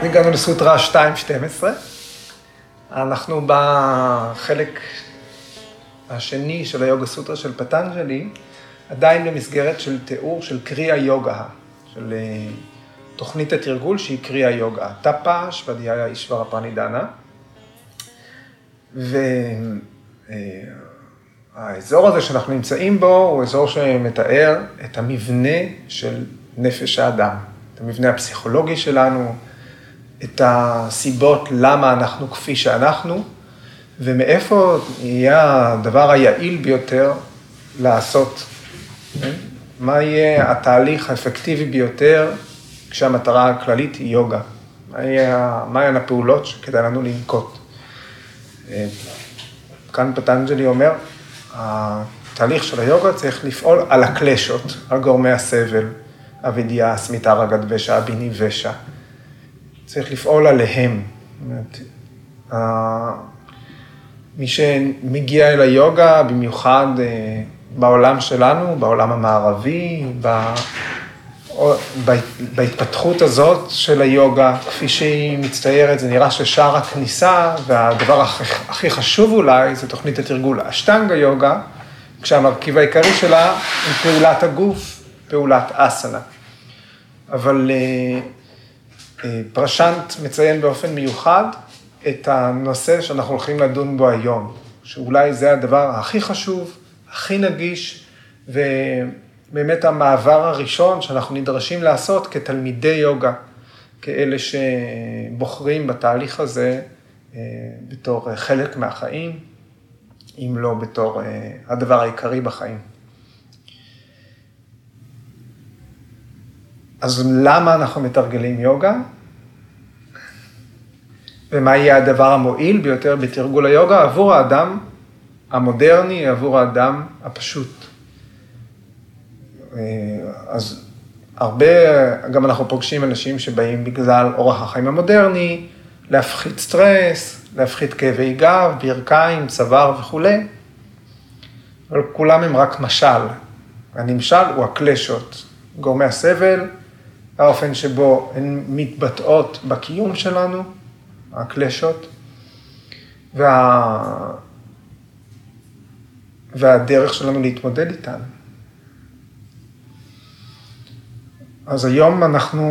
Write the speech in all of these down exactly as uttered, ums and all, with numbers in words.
הגענו לסוטרה שתיים שתים עשרה. אנחנו בחלק השני של היוגה סוטרה של פטנג'לי, עדיין במסגרת של תיאור של קריאה יוגה, של תוכנית התרגול שהיא קריאה יוגה, טאפה, שוודיה אישברה פרנידנה. והאזור הזה שאנחנו נמצאים בו הוא אזור שמתאר את המבנה של נפש האדם, את המבנה הפסיכולוגי שלנו, את הסיבות למה אנחנו כפי שאנחנו, ומאיפה יהיה הדבר היעיל ביותר לעשות. מה יהיה התהליך האפקטיבי ביותר כשהמטרה הכללית היא יוגה? מה יהיה, מה יהיה הפעולות שכדאי לנו לנקוט? כאן פטנג'לי אומר, התהליך של היוגה צריך לפעול על הקלשות, על גורמי הסבל, אבידיה, סמיתה, רגד ושע, ביני ושע. צריך לפעול עליהם. מי שמגיע אל היוגה, במיוחד בעולם שלנו, בעולם המערבי, בהתפתחות הזאת של היוגה, כפי שהיא מצטיירת, זה נראה ששער הכניסה, והדבר הכי חשוב אולי, זה תוכנית התרגול אשטנגה יוגה, כשהמרכיב העיקרי שלה הוא פעולת הגוף, פעולת אסנה. אבל פרשנט מציין באופן מיוחד את הנושא שאנחנו הולכים לדון בו היום, שאולי זה הדבר הכי חשוב, הכי נגיש, ובאמת המעבר הראשון שאנחנו נדרשים לעשות כתלמידי יוגה, כאלה שבוחרים בתהליך הזה בתור חלק מהחיים, אם לא בתור הדבר העיקרי בחיים. אז למה אנחנו מתרגלים יוגה? ומה יהיה הדבר המועיל ביותר בתרגול היוגה עבור האדם המודרני, עבור האדם הפשוט? אז הרבה, גם אנחנו פוגשים אנשים שבאים בגלל אורח החיים המודרני, להפחית סטרס, להפחית כאבי גב, ברכיים, צוואר וכו'. אבל כולם הם רק משל. הנמשל הוא הקלשות, גורמי הסבל, האופן שבו הן מתבטאות בקיום שלנו, הקלשות, וה... והדרך שלנו להתמודד איתן. אז היום אנחנו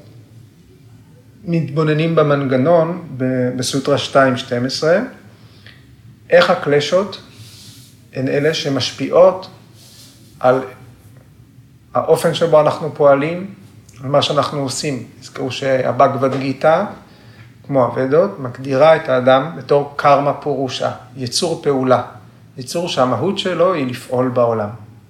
מתבוננים במנגנון בסוטרה שתיים שתים עשרה, איך הקלשות הן אלה שמשפיעות על האופן שבו אנחנו פועלים, על מה שאנחנו עושים. הזכרו שהבגבד גיטה, כמו הוודות, מגדירה את האדם בתור קרמה פורושה, יצור פעולה, יצור שהמהות שלו היא לפעול בעולם.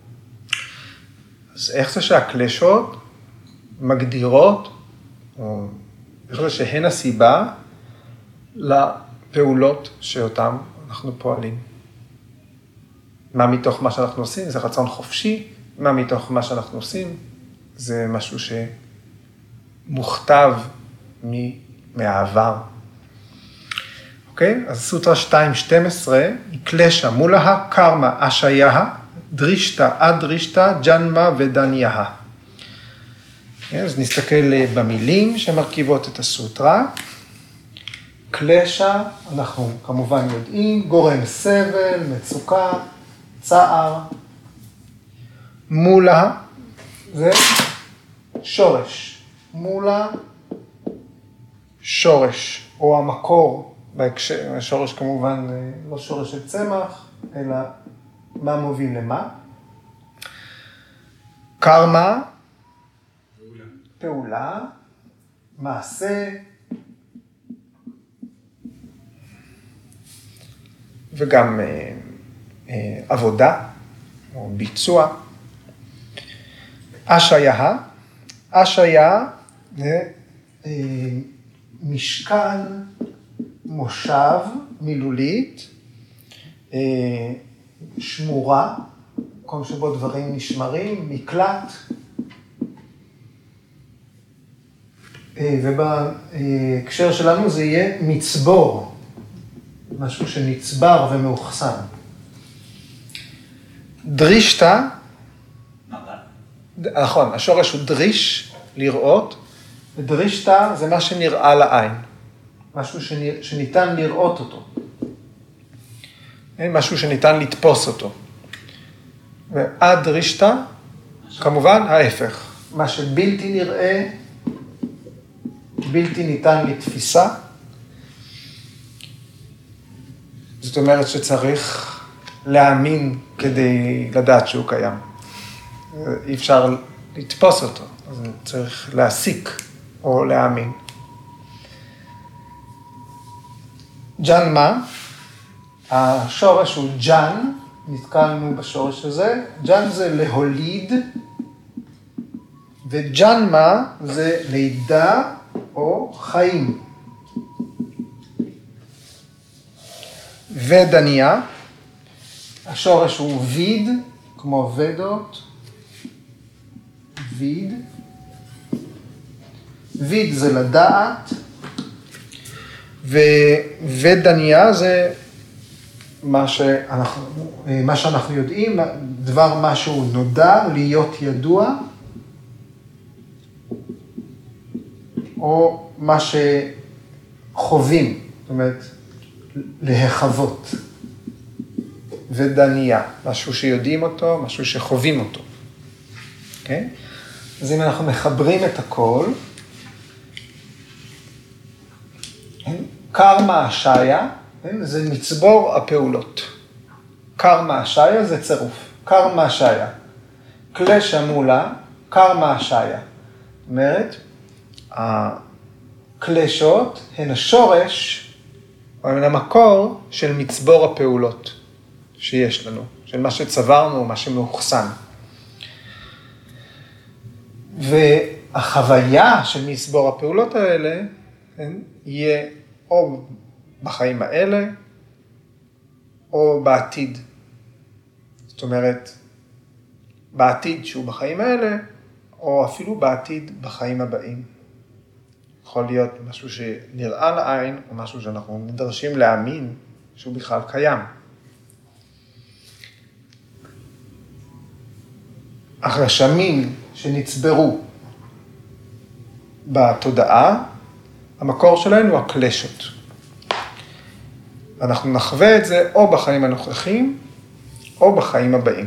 אז איך זה שהקלשות מגדירות, או איך זה שהן הסיבה לפעולות שאותן אנחנו פועלים? מה מתוך מה שאנחנו עושים? זה רצון חופשי, מה מתוך מה שאנחנו עושים? זה משהו שמוכתב מהעבר. אוקיי? אז סוטרה שתיים שתים עשרה היא קלשה מולה, קרמה אשיה, דרישתה אדרישתה, ג'נמה ודניה. אז נסתכל במילים שמרכיבות את הסוטרה. קלשה, אנחנו כמובן יודעים, גורם סבל, מצוקה, צער. מולה, זה שורש. מולה, שורש, או המקור, בהקשר, השורש כמובן לא שורש של צמח, אלא מה מוביל למה. קרמה, פעולה, פעולה, מעשה, וגם אה, אה, עבודה, או ביצוע. אשיה, אשיה זה אה, משכן, מושב, מילולית, אה, שמורה, מקום שבו דברים נשמרים, מקלט, אה, ובהקשר שלנו זה יהיה מצבור, משהו שנצבר ומאוחסן. דרישתה, נכון, השורש הוא דריש, לראות, דרישתא זה מה שנראה לעין, משהו שניתן לראות אותו, משהו שניתן לתפוס אותו. ואדרישתא, כמובן ההפך, מה שבלתי נראה, בלתי ניתן לתפיסה, זאת אומרת שצריך להאמין כדי לדעת שהוא קיים. אי אפשר לתפוס אותו, אז צריך להסיק או להאמין. ג'אן מה? השורש הוא ג'אן, נתקלנו בשורש הזה. ג'אן זה להוליד, וג'אן מה זה לידה או חיים. ודניה, השורש הוא ויד, כמו ודות, ויד. ויד זה לדעת, ודניה זה מה שאנחנו, מה שאנחנו יודעים, דבר משהו נודע, להיות ידוע, או מה שחווים, זאת אומרת, להחוות. ודניה, משהו שיודעים אותו, משהו שחווים אותו. אוקיי? אז אם אנחנו מחברים את הכל, קרמה השעיה, זה מצבור הפעולות. קרמה השעיה זה צירוף. קרמה השעיה. קלשה מולה, קרמה השעיה. זאת אומרת, הקלשות הן השורש, או הן המקור של מצבור הפעולות שיש לנו, של מה שצברנו, מה שמאוחסן. והחוויה של מצבור הפעולות האלה, כן, יהיה או בחיים האלה, או בעתיד. זאת אומרת, בעתיד שהוא בחיים האלה, או אפילו בעתיד בחיים הבאים. יכול להיות משהו שנראה לעין, או משהו שאנחנו נדרשים להאמין שהוא בכלל קיים. הרשמים שנצברו בתודעה, המקור שלנו הוא הקלשות. אנחנו נחווה את זה או בחיים הנוכחיים, או בחיים הבאים.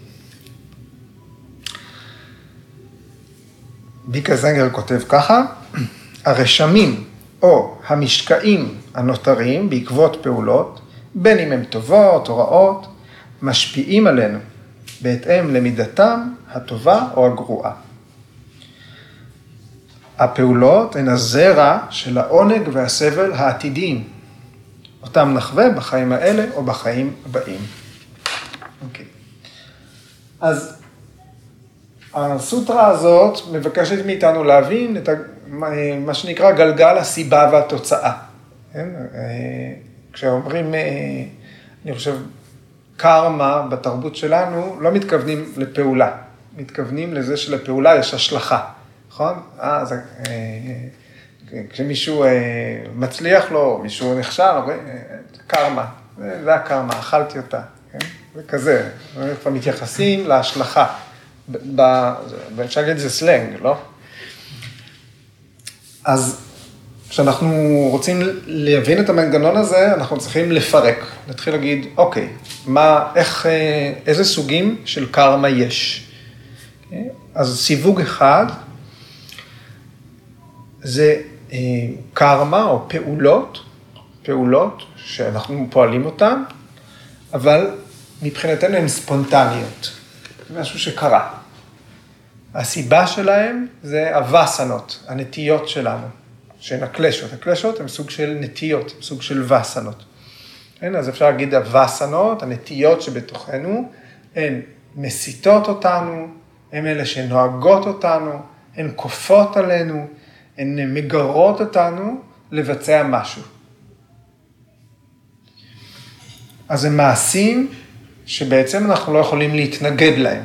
ביקה זנגר כותב ככה, הרשמים או המשקעים הנותרים בעקבות פעולות, בין אם הם טובות או רעות, משפיעים עלינו בהתאם למידתם הטובה או הגרועה. הפעולות הן הזרע של העונג והסבל העתידיים, אותם נחווה בחיים האלה או בחיים הבאים. אוקיי. אז הסוטרה הזאת מבקשת מאיתנו להבין את מה שנקרא גלגל הסיבה והתוצאה. כן? כשאומרים, אני חושב, קרמה בתרבות שלנו, לא מתכוונים לפעולה, מתכוונים לזה שלפעולה יש השלכה. נכון? אז כשמישהו מצליח לו, מישהו נכשל, קרמה, זה הקרמה, אכלתי אותה, כן? זה כזה, כבר מתייחסים להשלכה, ואפשר להגיד זה סלנג, לא? אז כשאנחנו רוצים להבין את המנגנון הזה, אנחנו צריכים לפרק, נתחיל להגיד, אוקיי, מה, איך, איזה סוגים של קרמה יש? אז סיווג אחד, זה אה, קרמה או פעולות, פעולות שאנחנו פועלים אותן, אבל מבחינתנו הן ספונטניות, זה משהו שקרה. הסיבה שלהם זה הווסנות, הנטיות שלנו, שהן הקלשות. הקלשות הן סוג של נטיות, סוג של וסנות. כן? אז אפשר להגיד הווסנות, הנטיות שבתוכנו, הן מסיתות אותנו, הן אלה שנוהגות אותנו, הן כופות עלינו, הן מגרות אותנו לבצע משהו. אז הם מעשים שבעצם אנחנו לא יכולים להתנגד להם.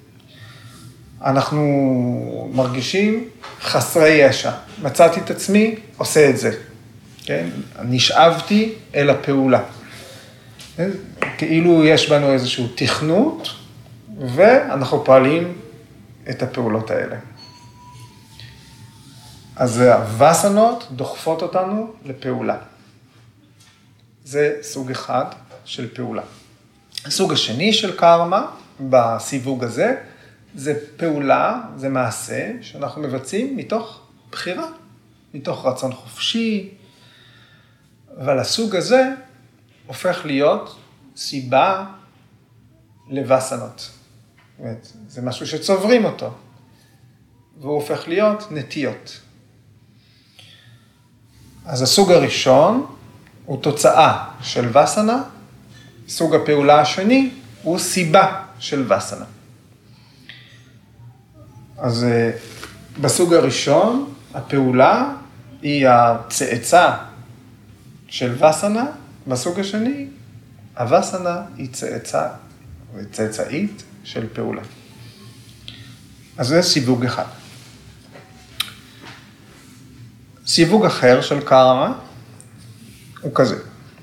אנחנו מרגישים חסרי ישע. מצאתי את עצמי, עושה את זה. כן? נשאבתי אל הפעולה. כן? כאילו יש בנו איזשהו תכנות, ואנחנו פועלים את הפעולות האלה. אז הווסנות דוחפות אותנו לפעולה. זה סוג אחד של פעולה. הסוג השני של קרמה, בסיווג הזה, זה פעולה, זה מעשה שאנחנו מבצעים מתוך בחירה, מתוך רצון חופשי, אבל הסוג הזה הופך להיות סיבה לווסנות. זה משהו שצוברים אותו, והוא הופך להיות נטיות. אז הסוג הראשון הוא תוצאה של וסנה, סוג הפעולה השני הוא סיבה של וסנה. אז בסוג הראשון, הפעולה היא הצאצא של וסנה, בסוג השני, הווסנה היא צאצא, צאצאית של פעולה. אז זה סיווג אחד. סיווג אחר של קרמה הוא כזה.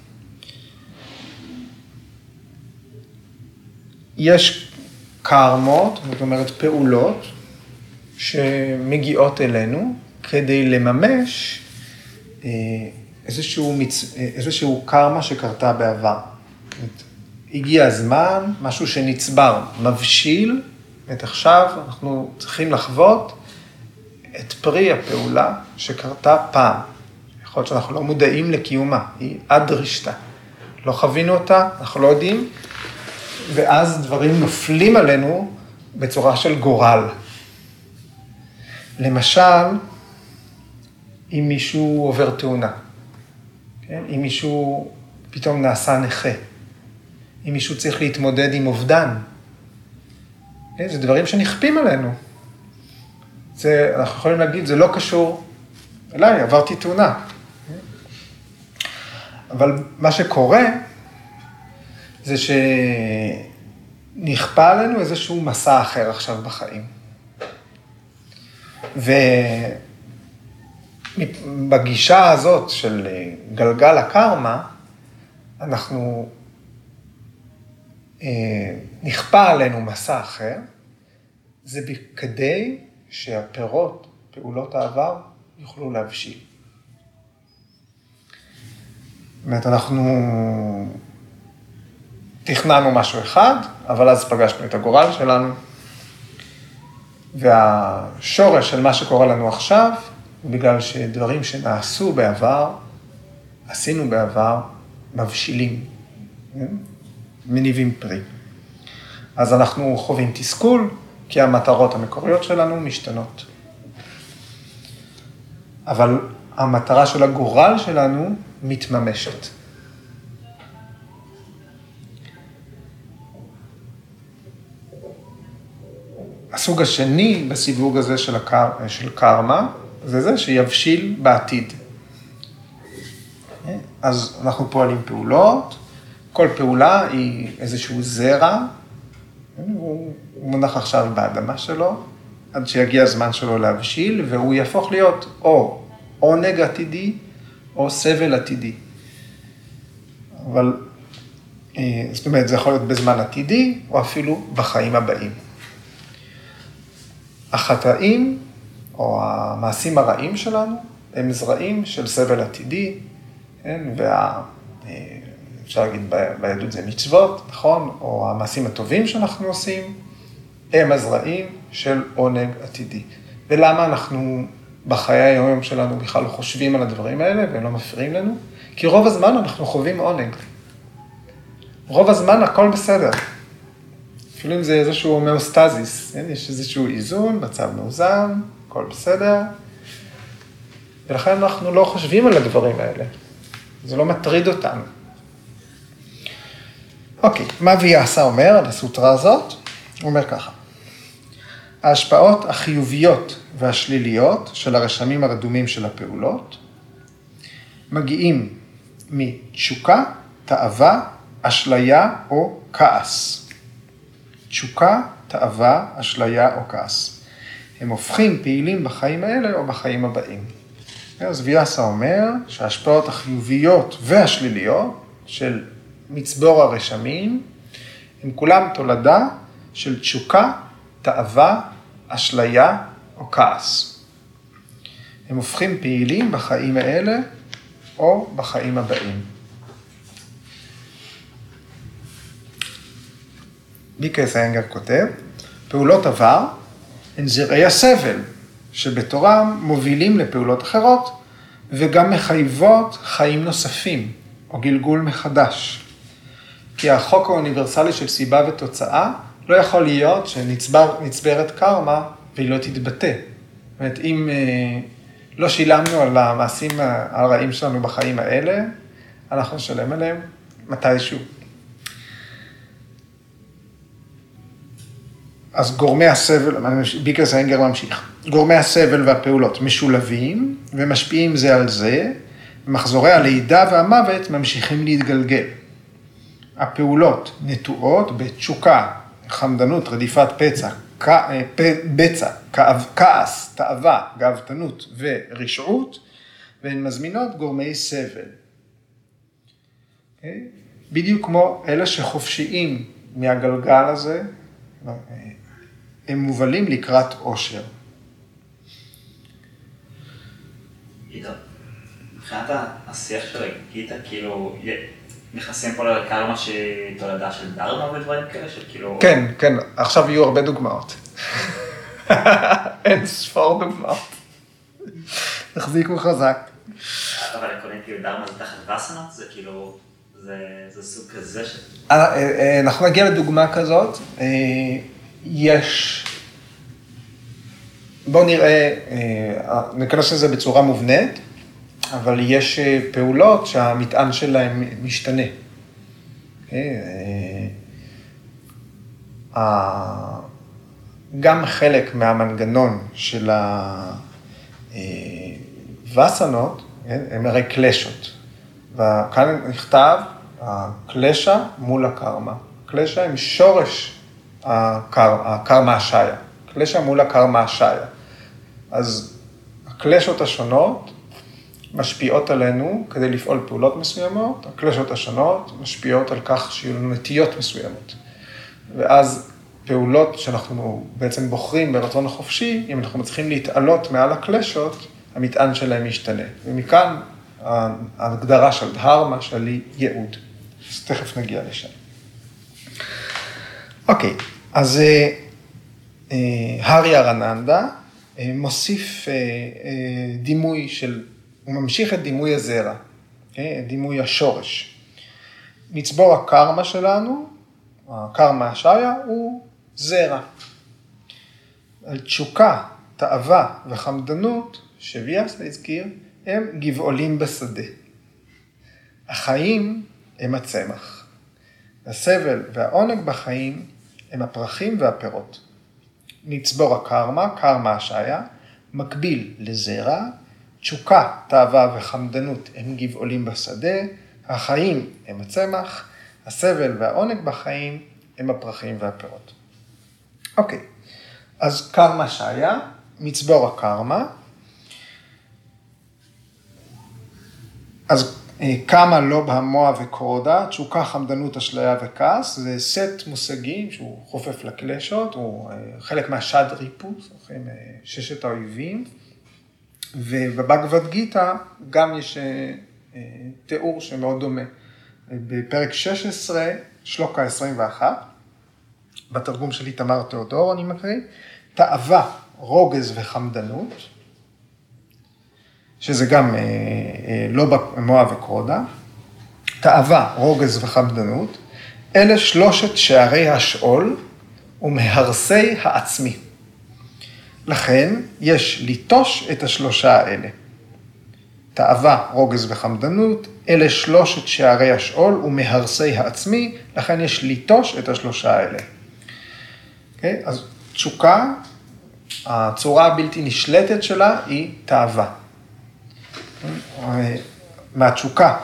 יש קרמות, זאת אומרת פעולות, שמגיעות אלינו כדי לממש איזשהו, מצ... איזשהו קרמה שקרתה בעבר. הגיע הזמן, משהו שנצבר, מבשיל, ואת עכשיו אנחנו צריכים לחוות את פרי הפעולה שקרתה פעם. יכול להיות שאנחנו לא מודעים לקיומה, היא עד רשתה. לא חווינו אותה, אנחנו לא יודעים, ואז דברים נופלים עלינו בצורה של גורל. למשל, אם מישהו עובר תאונה, כן? אם מישהו פתאום נעשה נכה, אם מישהו צריך להתמודד עם אובדן, כן? זה דברים שנכפים עלינו. זה, אנחנו יכולים להגיד, זה לא קשור אליי, עברתי תאונה. אבל מה שקורה, זה שנכפה עלינו איזשהו מסע אחר עכשיו בחיים. ובגישה הזאת של גלגל הקרמה, אנחנו נכפה עלינו מסע אחר, זה כדי שהפירות, פעולות העבר, יוכלו להבשיל. זאת אומרת, אנחנו תכננו משהו אחד, אבל אז פגשנו את הגורל שלנו, והשורש של מה שקורה לנו עכשיו, בגלל שדברים שנעשו בעבר, עשינו בעבר, מבשילים, מניבים פרי. אז אנחנו חווים תסכול, כי המטרות המקוריות שלנו משתנות. אבל המטרה של הגורל שלנו מתממשת. הסוג השני בסיווג הזה של, הקר... של קרמה, זה זה שיבשיל בעתיד. אז אנחנו פועלים פעולות, כל פעולה היא איזשהו זרע, הוא מונח עכשיו באדמה שלו, עד שיגיע הזמן שלו להבשיל, והוא יהפוך להיות או עונג עתידי, או סבל עתידי. אבל, זאת אומרת, זה יכול להיות בזמן עתידי, או אפילו בחיים הבאים. החטאים, או המעשים הרעים שלנו, הם זרעים של סבל עתידי, כן? וה... אפשר להגיד ביהדות זה מצוות, נכון? או המעשים הטובים שאנחנו עושים, הם הזרעים של עונג עתידי. ולמה אנחנו בחיי היום שלנו בכלל לא חושבים על הדברים האלה, והם לא מפריעים לנו? כי רוב הזמן אנחנו חווים עונג. רוב הזמן הכל בסדר. אפילו אם זה איזשהו הומאוסטזיס, יש איזשהו איזון, מצב מאוזן, הכל בסדר. ולכן אנחנו לא חושבים על הדברים האלה. זה לא מטריד אותנו. אוקיי, מה ויאסה אומר על הסוטרה הזאת? הוא אומר ככה. ההשפעות החיוביות והשליליות של הרשמים הרדומים של הפעולות מגיעים מתשוקה, תאווה, אשליה או כעס. תשוקה, תאווה, אשליה או כעס. הם הופכים פעילים בחיים האלה או בחיים הבאים. אז ויאסה אומר שההשפעות החיוביות והשליליות של מצבור הרשמים הם כולם תולדה של תשוקה, תאווה, אשליה או כעס. הם הופכים פעילים בחיים האלה או בחיים הבאים. ביקרס איינגר כותב, פעולות עבר הן זרעי הסבל, שבתורם מובילים לפעולות אחרות, וגם מחייבות חיים נוספים, או גלגול מחדש. כי החוק האוניברסלי של סיבה ותוצאה, לא יכול להיות שנצברת קרמה והיא לא תתבטא. זאת אומרת, אם לא שילמנו על המעשים הרעים שלנו בחיים האלה, אנחנו נשלם עליהם מתישהו. אז גורמי הסבל, ביקרס איינגר ממשיך, גורמי הסבל והפעולות משולבים ומשפיעים זה על זה, ומחזורי הלידה והמוות ממשיכים להתגלגל. הפעולות נטועות בתשוקה, חמדנות, רדיפת פצע, בצע, כעס, תאווה, גאוותנות ורשעות, והן מזמינות גורמי סבל. Okay? בדיוק כמו אלה שחופשיים מהגלגל הזה, הם מובלים לקראת עושר. עידו, מבחינת השיח של הגיטה, כאילו, נכנסים פה לקרמה שהיא תולדה של דרמה ודברים כאלה, שכאילו... כן, כן, עכשיו יהיו הרבה דוגמאות. אין ספור דוגמאות. תחזיקו חזק. אבל עקרונית, כאילו, דרמה זה תחת וסנות, זה כאילו, זה סוג כזה ש... אנחנו נגיע לדוגמה כזאת. יש, בואו נראה, ניכנס לזה בצורה מובנית, אבל יש פעולות שהמטען שלהם משתנה. גם חלק מהמנגנון של הווסנות, הם הרי קלשות. וכאן נכתב, הקלשה מול הקרמה. קלשה הם שורש הקרמה השיה. קלשה מול הקרמה השיה. אז הקלשות השונות משפיעות עלינו כדי לפעול פעולות מסוימות, הקלשות השונות משפיעות על כך שיהיו לנו נטיות מסוימות. ואז פעולות שאנחנו בעצם בוחרים ברצון החופשי, אם אנחנו מצליחים להתעלות מעל הקלשות, המטען שלהם משתנה. ומכאן ההגדרה של דהרמה, של ייעוד. אז תכף נגיע לשם. אוקיי, אז הרי ארננדה מוסיף דימוי של, הוא ממשיך את דימוי הזרע, את דימוי השורש. מצבור הקרמה שלנו, הקרמה השיה, הוא זרע. על תשוקה, תאווה וחמדנות, שוויאס הזכיר, הם גבעולים בשדה. החיים הם הצמח. הסבל והעונג בחיים הם הפרחים והפירות. מצבור הקרמה, קרמה השיה, מקביל לזרע, תשוקה, תאווה וחמדנות הם גבעולים בשדה, החיים הם הצמח, הסבל והעונג בחיים הם הפרחים והפירות. אוקיי, אז קרמה שיה, מצבור הקרמה, אז כמה לא בהמוע וקרודה, תשוקה, חמדנות, אשליה וכעס, זה סט מושגים שהוא חופף לקלשות, הוא חלק מהשד ריפוס, ששת האויבים, ובבגבד גיטה גם יש תיאור שמאוד דומה. בפרק שש עשרה, שלוקה עשרים ואחת, בתרגום של איתמר תיאודור אני מקריא, תאווה, רוגז וחמדנות, שזה גם אה, אה, לא במוע וקרודה, תאווה, רוגז וחמדנות, אלה שלושת שערי השאול ומהרסי העצמי. לכן יש ליטוש את השלושה האלה. תאווה, רוגז וחמדנות, אלה שלושת שערי השאול ומהרסי העצמי, לכן יש ליטוש את השלושה האלה. Okay? אז תשוקה, הצורה הבלתי נשלטת שלה היא תאווה. מהתשוקה.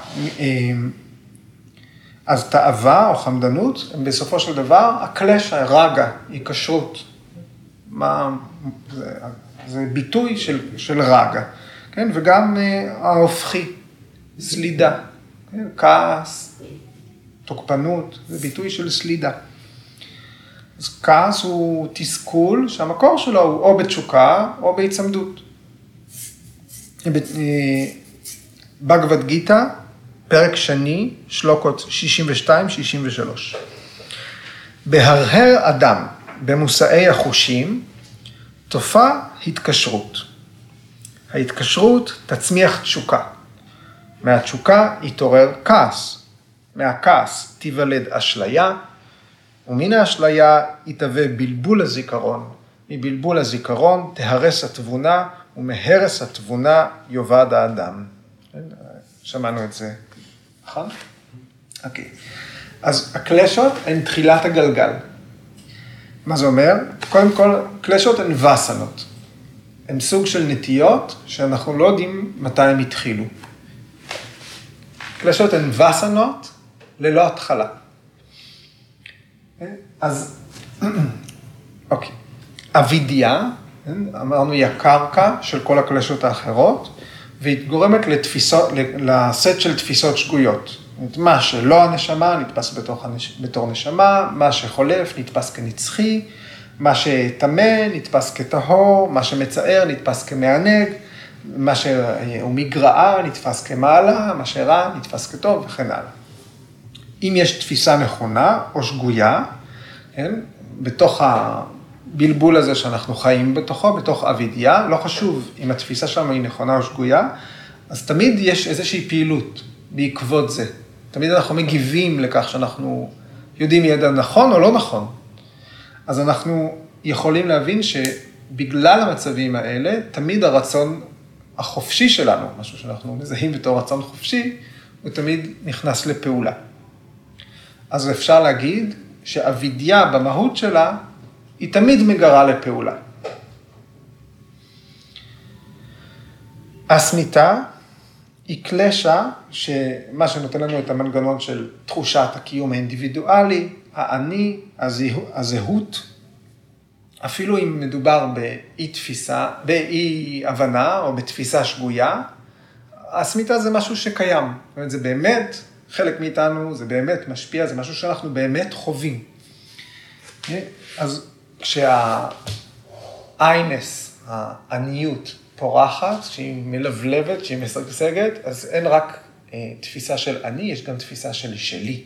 אז תאווה או חמדנות, בסופו של דבר, הקלשה, רגע, היא קשרות. מה, זה, זה ביטוי של, של רגע, כן? וגם ההופכי, סלידה, כן? כעס, תוקפנות, זה ביטוי של סלידה. אז כעס הוא תסכול שהמקור שלו הוא או בתשוקה או בהצמדות. בגבד גיטה, פרק שני, שלוקות שישים ושתיים שישים ושלוש. בהרהר אדם במושאי החושים, תופע התקשרות. ההתקשרות תצמיח תשוקה. מהתשוקה יתעורר כעס. מהכעס תיוולד אשליה, ומן האשליה יתהווה בלבול הזיכרון. מבלבול הזיכרון תהרס התבונה, ומהרס התבונה יאבד האדם. שמענו את זה, נכון? אוקיי. אז הקלשות הן תחילת הגלגל. מה זה אומר? קודם כל, קלשות הן וסנות. הן סוג של נטיות שאנחנו לא יודעים מתי הן התחילו. קלשות הן וסנות ללא התחלה. אז, אוקיי. אבידיה, אמרנו, היא הקרקע של כל הקלשות האחרות, והיא גורמת לתפיסות, לסט של תפיסות שגויות. מה שלא הנשמה נתפס בתור, בתור נשמה, מה שחולף נתפס כנצחי, מה שטמא נתפס כטהור, מה שמצער נתפס כמענג, מה שהוא מגרעה נתפס כמעלה, מה שרע נתפס כטוב וכן הלאה. אם יש תפיסה נכונה או שגויה, כן, בתוך הבלבול הזה שאנחנו חיים בתוכו, בתוך אבידיה, לא חשוב אם התפיסה שלנו היא נכונה או שגויה, אז תמיד יש איזושהי פעילות בעקבות זה. תמיד אנחנו מגיבים לכך שאנחנו יודעים ידע נכון או לא נכון. אז אנחנו יכולים להבין שבגלל המצבים האלה, תמיד הרצון החופשי שלנו, משהו שאנחנו מזהים בתור רצון חופשי, הוא תמיד נכנס לפעולה. אז אפשר להגיד שאבידיה במהות שלה, היא תמיד מגרה לפעולה. הסמיתה היא קלשה, שמה שנותן לנו את המנגנון של תחושת הקיום האינדיבידואלי, האני, הזהות, אפילו אם מדובר באי תפיסה, באי הבנה או בתפיסה שגויה, הסמיתה זה משהו שקיים. זאת אומרת, זה באמת חלק מאיתנו, זה באמת משפיע, זה משהו שאנחנו באמת חווים. אז כשהאיינס, העניות, פורחת, שהיא מלבלבת, שהיא משגשגת, אז אין רק אה, תפיסה של אני, יש גם תפיסה של שלי.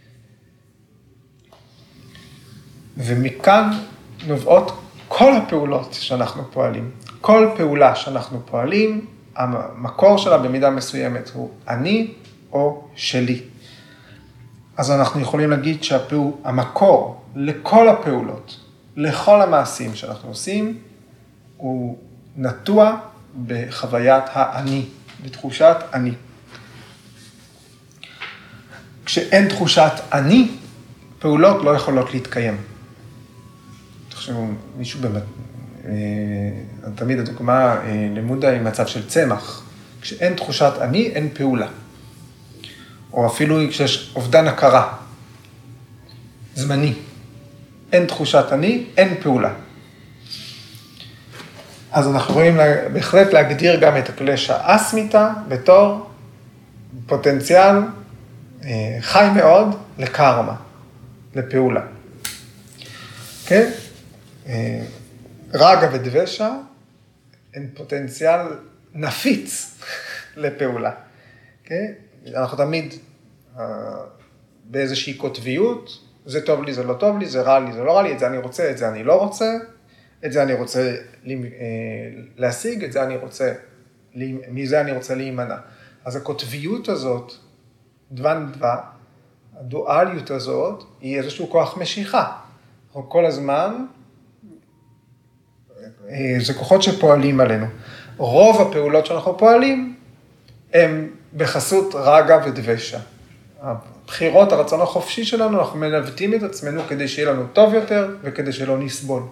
ומכאן נובעות כל הפעולות שאנחנו פועלים. כל פעולה שאנחנו פועלים, המקור שלה במידה מסוימת הוא אני או שלי. אז אנחנו יכולים להגיד שהמקור לכל הפעולות, לכל המעשים שאנחנו עושים, הוא נטוע בחוויית האני, בתחושת אני. כשאין תחושת אני, פעולות לא יכולות להתקיים. תחשבו, מישהו באמת, תמיד הדוגמה למודה היא מצב של צמח. כשאין תחושת אני, אין פעולה. או אפילו כשיש אובדן הכרה, זמני. אין תחושת אני, אין פעולה. אז אנחנו רואים בהחלט להגדיר גם את הקלשה אסמיתה בתור פוטנציאל חי מאוד לקרמה, לפעולה. כן? רגע ודבשה הם פוטנציאל נפיץ לפעולה. כן? אנחנו תמיד באיזושהי קוטביות, זה טוב לי, זה לא טוב לי, זה רע לי, זה לא רע לי, את זה אני רוצה, את זה אני לא רוצה, את זה אני רוצה להשיג, את זה אני רוצה, מזה אני רוצה להימנע. אז הקוטביות הזאת, דוון דווה, הדואליות הזאת, היא איזשהו כוח משיכה. כל הזמן, זה כוחות שפועלים עלינו. רוב הפעולות שאנחנו פועלים, הם בחסות רגע ודבשה. הבחירות, הרצון החופשי שלנו, אנחנו מנווטים את עצמנו כדי שיהיה לנו טוב יותר וכדי שלא נסבול.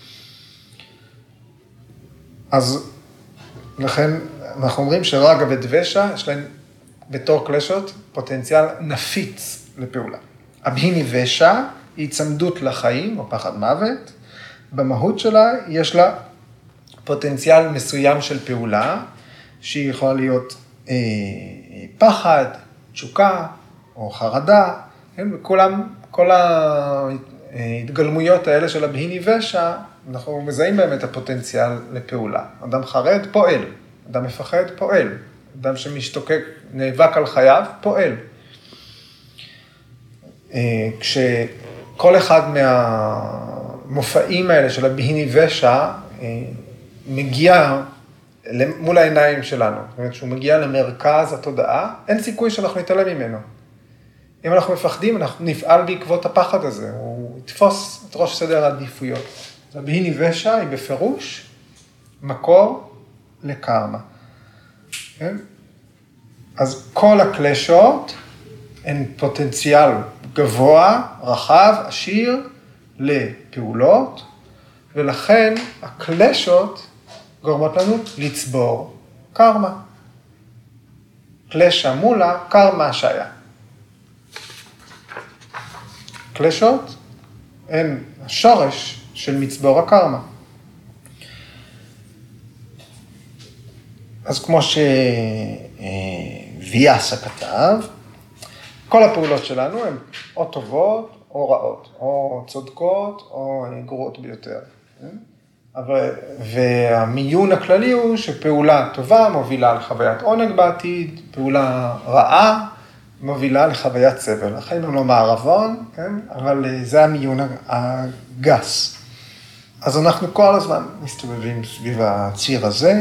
אז לכן אנחנו אומרים שרגע ודבשה, יש להם בתור קלשות פוטנציאל נפיץ לפעולה. הבהיני ושע היא צמדות לחיים או פחד מוות. במהות שלה יש לה פוטנציאל מסוים של פעולה, שהיא יכולה להיות אה, פחד, תשוקה או חרדה, כן? וכולם, כל ההתגלמויות האלה של הבהיני ושע, אנחנו מזהים בהם את הפוטנציאל לפעולה. אדם חרד פועל, אדם מפחד, פועל. אדם שמשתוקק, נאבק על חייו, פועל. כשכל אחד מהמופעים האלה של הביהיני ושע, מגיע מול העיניים שלנו. זאת אומרת, שהוא מגיע למרכז התודעה, אין סיכוי שאנחנו נתעלם ממנו. אם אנחנו מפחדים, אנחנו נפעל בעקבות הפחד הזה, הוא יתפוס את ראש סדר העדיפויות. הביהיני ושע היא בפירוש מקור לקרמה. כן? אז כל הקלשות הן פוטנציאל גבוה, רחב, עשיר לפעולות, ולכן הקלשות גורמות לנו לצבור קרמה. קלשה מולה, קרמה שיה. קלשות הן השורש של מצבור הקרמה. אז כמו שוויאסה כתב, כל הפעולות שלנו הן או טובות או רעות, או צודקות או גרועות ביותר. אבל, והמיון הכללי הוא שפעולה טובה מובילה לחוויית עונג בעתיד, פעולה רעה מובילה לחוויית סבל. לכן הוא לא מערבון, כן? אבל זה המיון הגס. אז אנחנו כל הזמן מסתובבים סביב הציר הזה,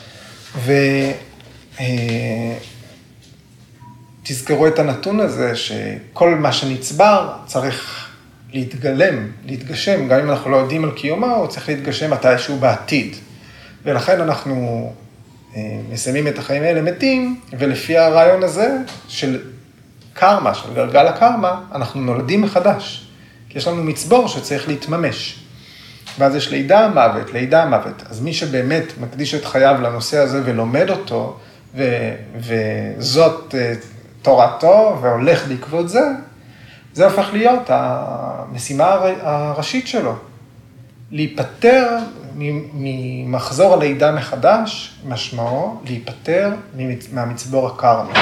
ותזכרו את הנתון הזה שכל מה שנצבר צריך להתגלם, להתגשם, גם אם אנחנו לא יודעים על קיומה, הוא צריך להתגשם מתישהו בעתיד. ולכן אנחנו מסיימים את החיים האלה מתים, ולפי הרעיון הזה של קרמה, של גלגל הקרמה, אנחנו נולדים מחדש. כי יש לנו מצבור שצריך להתממש. ואז יש לידה מוות, לידה מוות. אז מי שבאמת מקדיש את חייו לנושא הזה ולומד אותו, ו- וזאת תורתו והולך בעקבות זה, זה הופך להיות המשימה הראשית שלו. להיפטר ממחזור הלידה מחדש, משמעו, להיפטר מהמצבור הקרמה.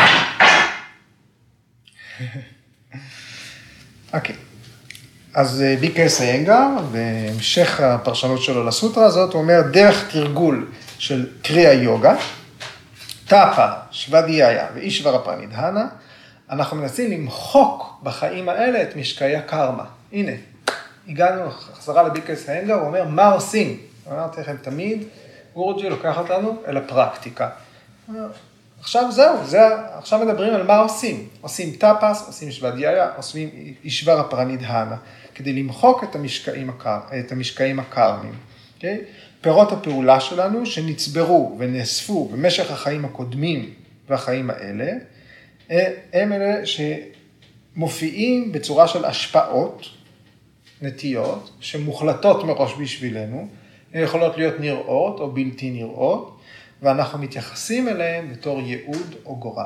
אוקיי. אז ביקרס איינגר, בהמשך הפרשנות שלו לסוטרה הזאת, הוא אומר, דרך תרגול של קריאה יוגה, טאפה, שוואדיהיה ואישברה פרנידהנה, אנחנו מנסים למחוק בחיים האלה את משקעי הקרמה. הנה, הגענו, חזרה לביקרס איינגר, הוא אומר, מה עושים? אמרתי לכם תמיד, גורג'י לוקח אותנו אל הפרקטיקה. עכשיו זהו, זה, עכשיו מדברים על מה עושים. עושים טאפס, עושים שוואדיהיה, עושים אישברה פרנידהנה, כדי למחוק את המשקעים, הקר, את המשקעים הקרמים. Okay? פירות הפעולה שלנו שנצברו ונאספו במשך החיים הקודמים והחיים האלה, הם אלה שמופיעים בצורה של השפעות, נטיות, שמוחלטות מראש בשבילנו, הן יכולות להיות נראות או בלתי נראות, ואנחנו מתייחסים אליהם בתור ייעוד או גורל.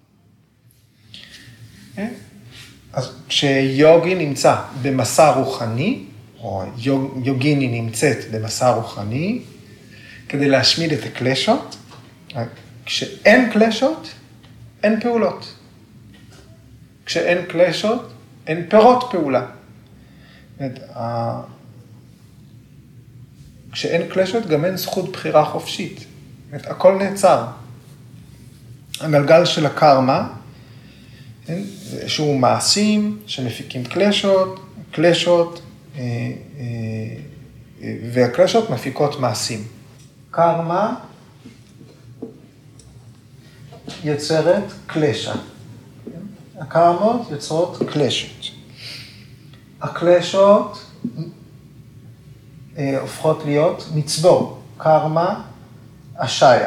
אז כשיוגי נמצא במסע רוחני, או יוגיני נמצאת במסע רוחני, כדי להשמיד את הקלשות, כשאין קלשות, אין פעולות. כשאין קלשות, אין פירות פעולה. כשאין קלשות, גם אין זכות בחירה חופשית. הכל נעצר. הגלגל של הקרמה, שהוא מעשים שמפיקים קלשות, קלשות, והקלשות מפיקות מעשים. קרמה יוצרת קלשה. הקרמות יוצרות קלשות. הקלשות הופכות להיות מצבור. קרמה אשיה.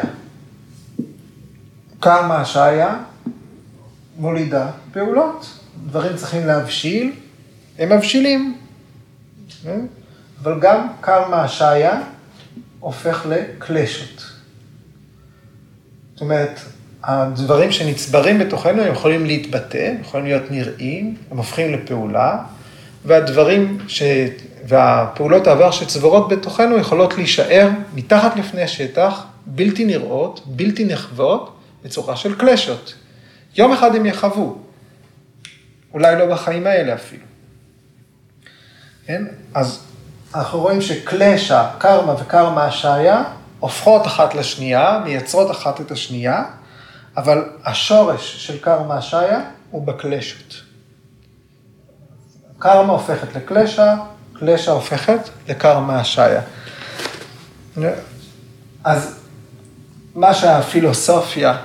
קרמה אשיה מולידה פעולות. דברים צריכים להבשיל, הם מבשילים. אבל גם קרמה אשיה הופך לקלשות. זאת אומרת, הדברים שנצברים בתוכנו הם יכולים להתבטא, יכולים להיות נראים, הם הופכים לפעולה, והדברים ש... והפעולות העבר שצבורות בתוכנו יכולות להישאר מתחת לפני השטח, בלתי נראות, בלתי נחוות, בצורה של קלשות. יום אחד הם יחוו, אולי לא בחיים האלה אפילו. כן? אז אנחנו רואים שקלשה, קרמה וקרמה אשיה, הופכות אחת לשנייה, מייצרות אחת את השנייה, אבל השורש של קרמה אשיה הוא בקלשות. קרמה הופכת לקלשה, קלשה הופכת לקרמה אשיה. אז מה שהפילוסופיה,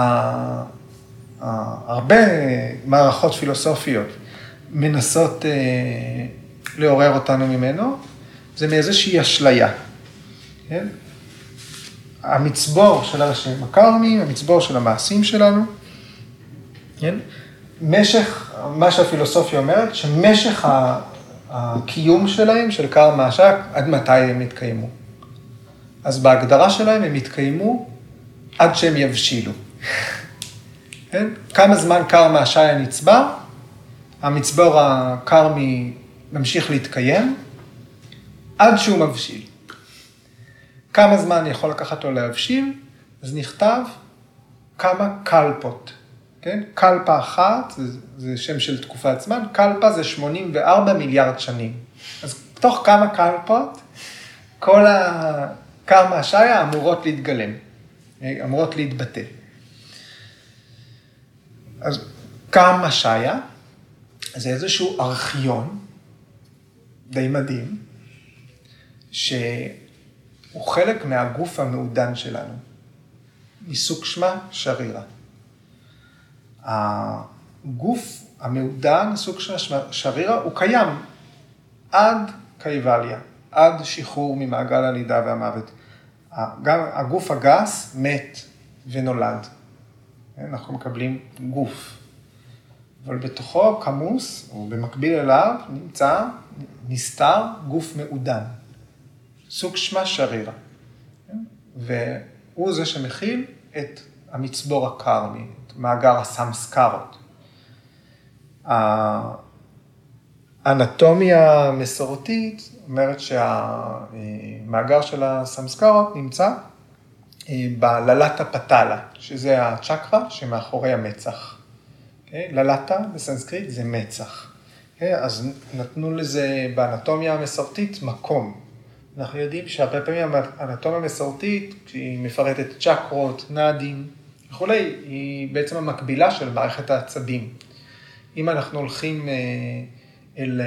הרבה מערכות פילוסופיות מנסות לעורר אותנו ממנו, זה מאיזושהי אשליה. כן? המצבור של הראשים הקרמיים, המצבור של המעשים שלנו, כן? משך, מה שהפילוסופיה אומרת, שמשך הקיום שלהם, של קרמה אשיה, עד מתי הם יתקיימו. אז בהגדרה שלהם הם יתקיימו עד שהם יבשילו. כן? כמה זמן קרמה אשיה נצבר, המצבור הקרמי ממשיך להתקיים, עד שהוא מבשיל. כמה זמן יכול לקחת לו להבשיל, אז נכתב כמה קלפות. כן? קלפה אחת, זה, זה שם של תקופת זמן, קלפה זה שמונים וארבע מיליארד שנים. אז תוך כמה קלפות, כל הקרמה אשיה אמורות להתגלם, אמורות להתבטא. אז קרמה אשיה זה איזשהו ארכיון די מדהים, שהוא חלק מהגוף המעודן שלנו, מסוג שמה שרירה. הגוף המעודן, סוג שמה שרירה, הוא קיים עד קייבליה, עד שחרור ממעגל הלידה והמוות. גם הגוף הגס מת ונולד. אנחנו מקבלים גוף. אבל בתוכו כמוס, או במקביל אליו, נמצא, נסתר, גוף מעודן. סוג שמה שרירה. והוא זה שמכיל את המצבור הקרמי, את מאגר הסמסקרות. האנטומיה המסורתית אומרת שהמאגר של הסמסקרות נמצא בללטה פטלה, שזה הצ'קרה שמאחורי המצח. ללטה בסנסקריט זה מצח. אז נתנו לזה באנטומיה המסורתית מקום. אנחנו יודעים שהרבה פעמים האנטומיה המסורתית, כשהיא מפרטת צ'קרות, נדים וכולי, היא בעצם המקבילה של מערכת העצבים. אם אנחנו הולכים אל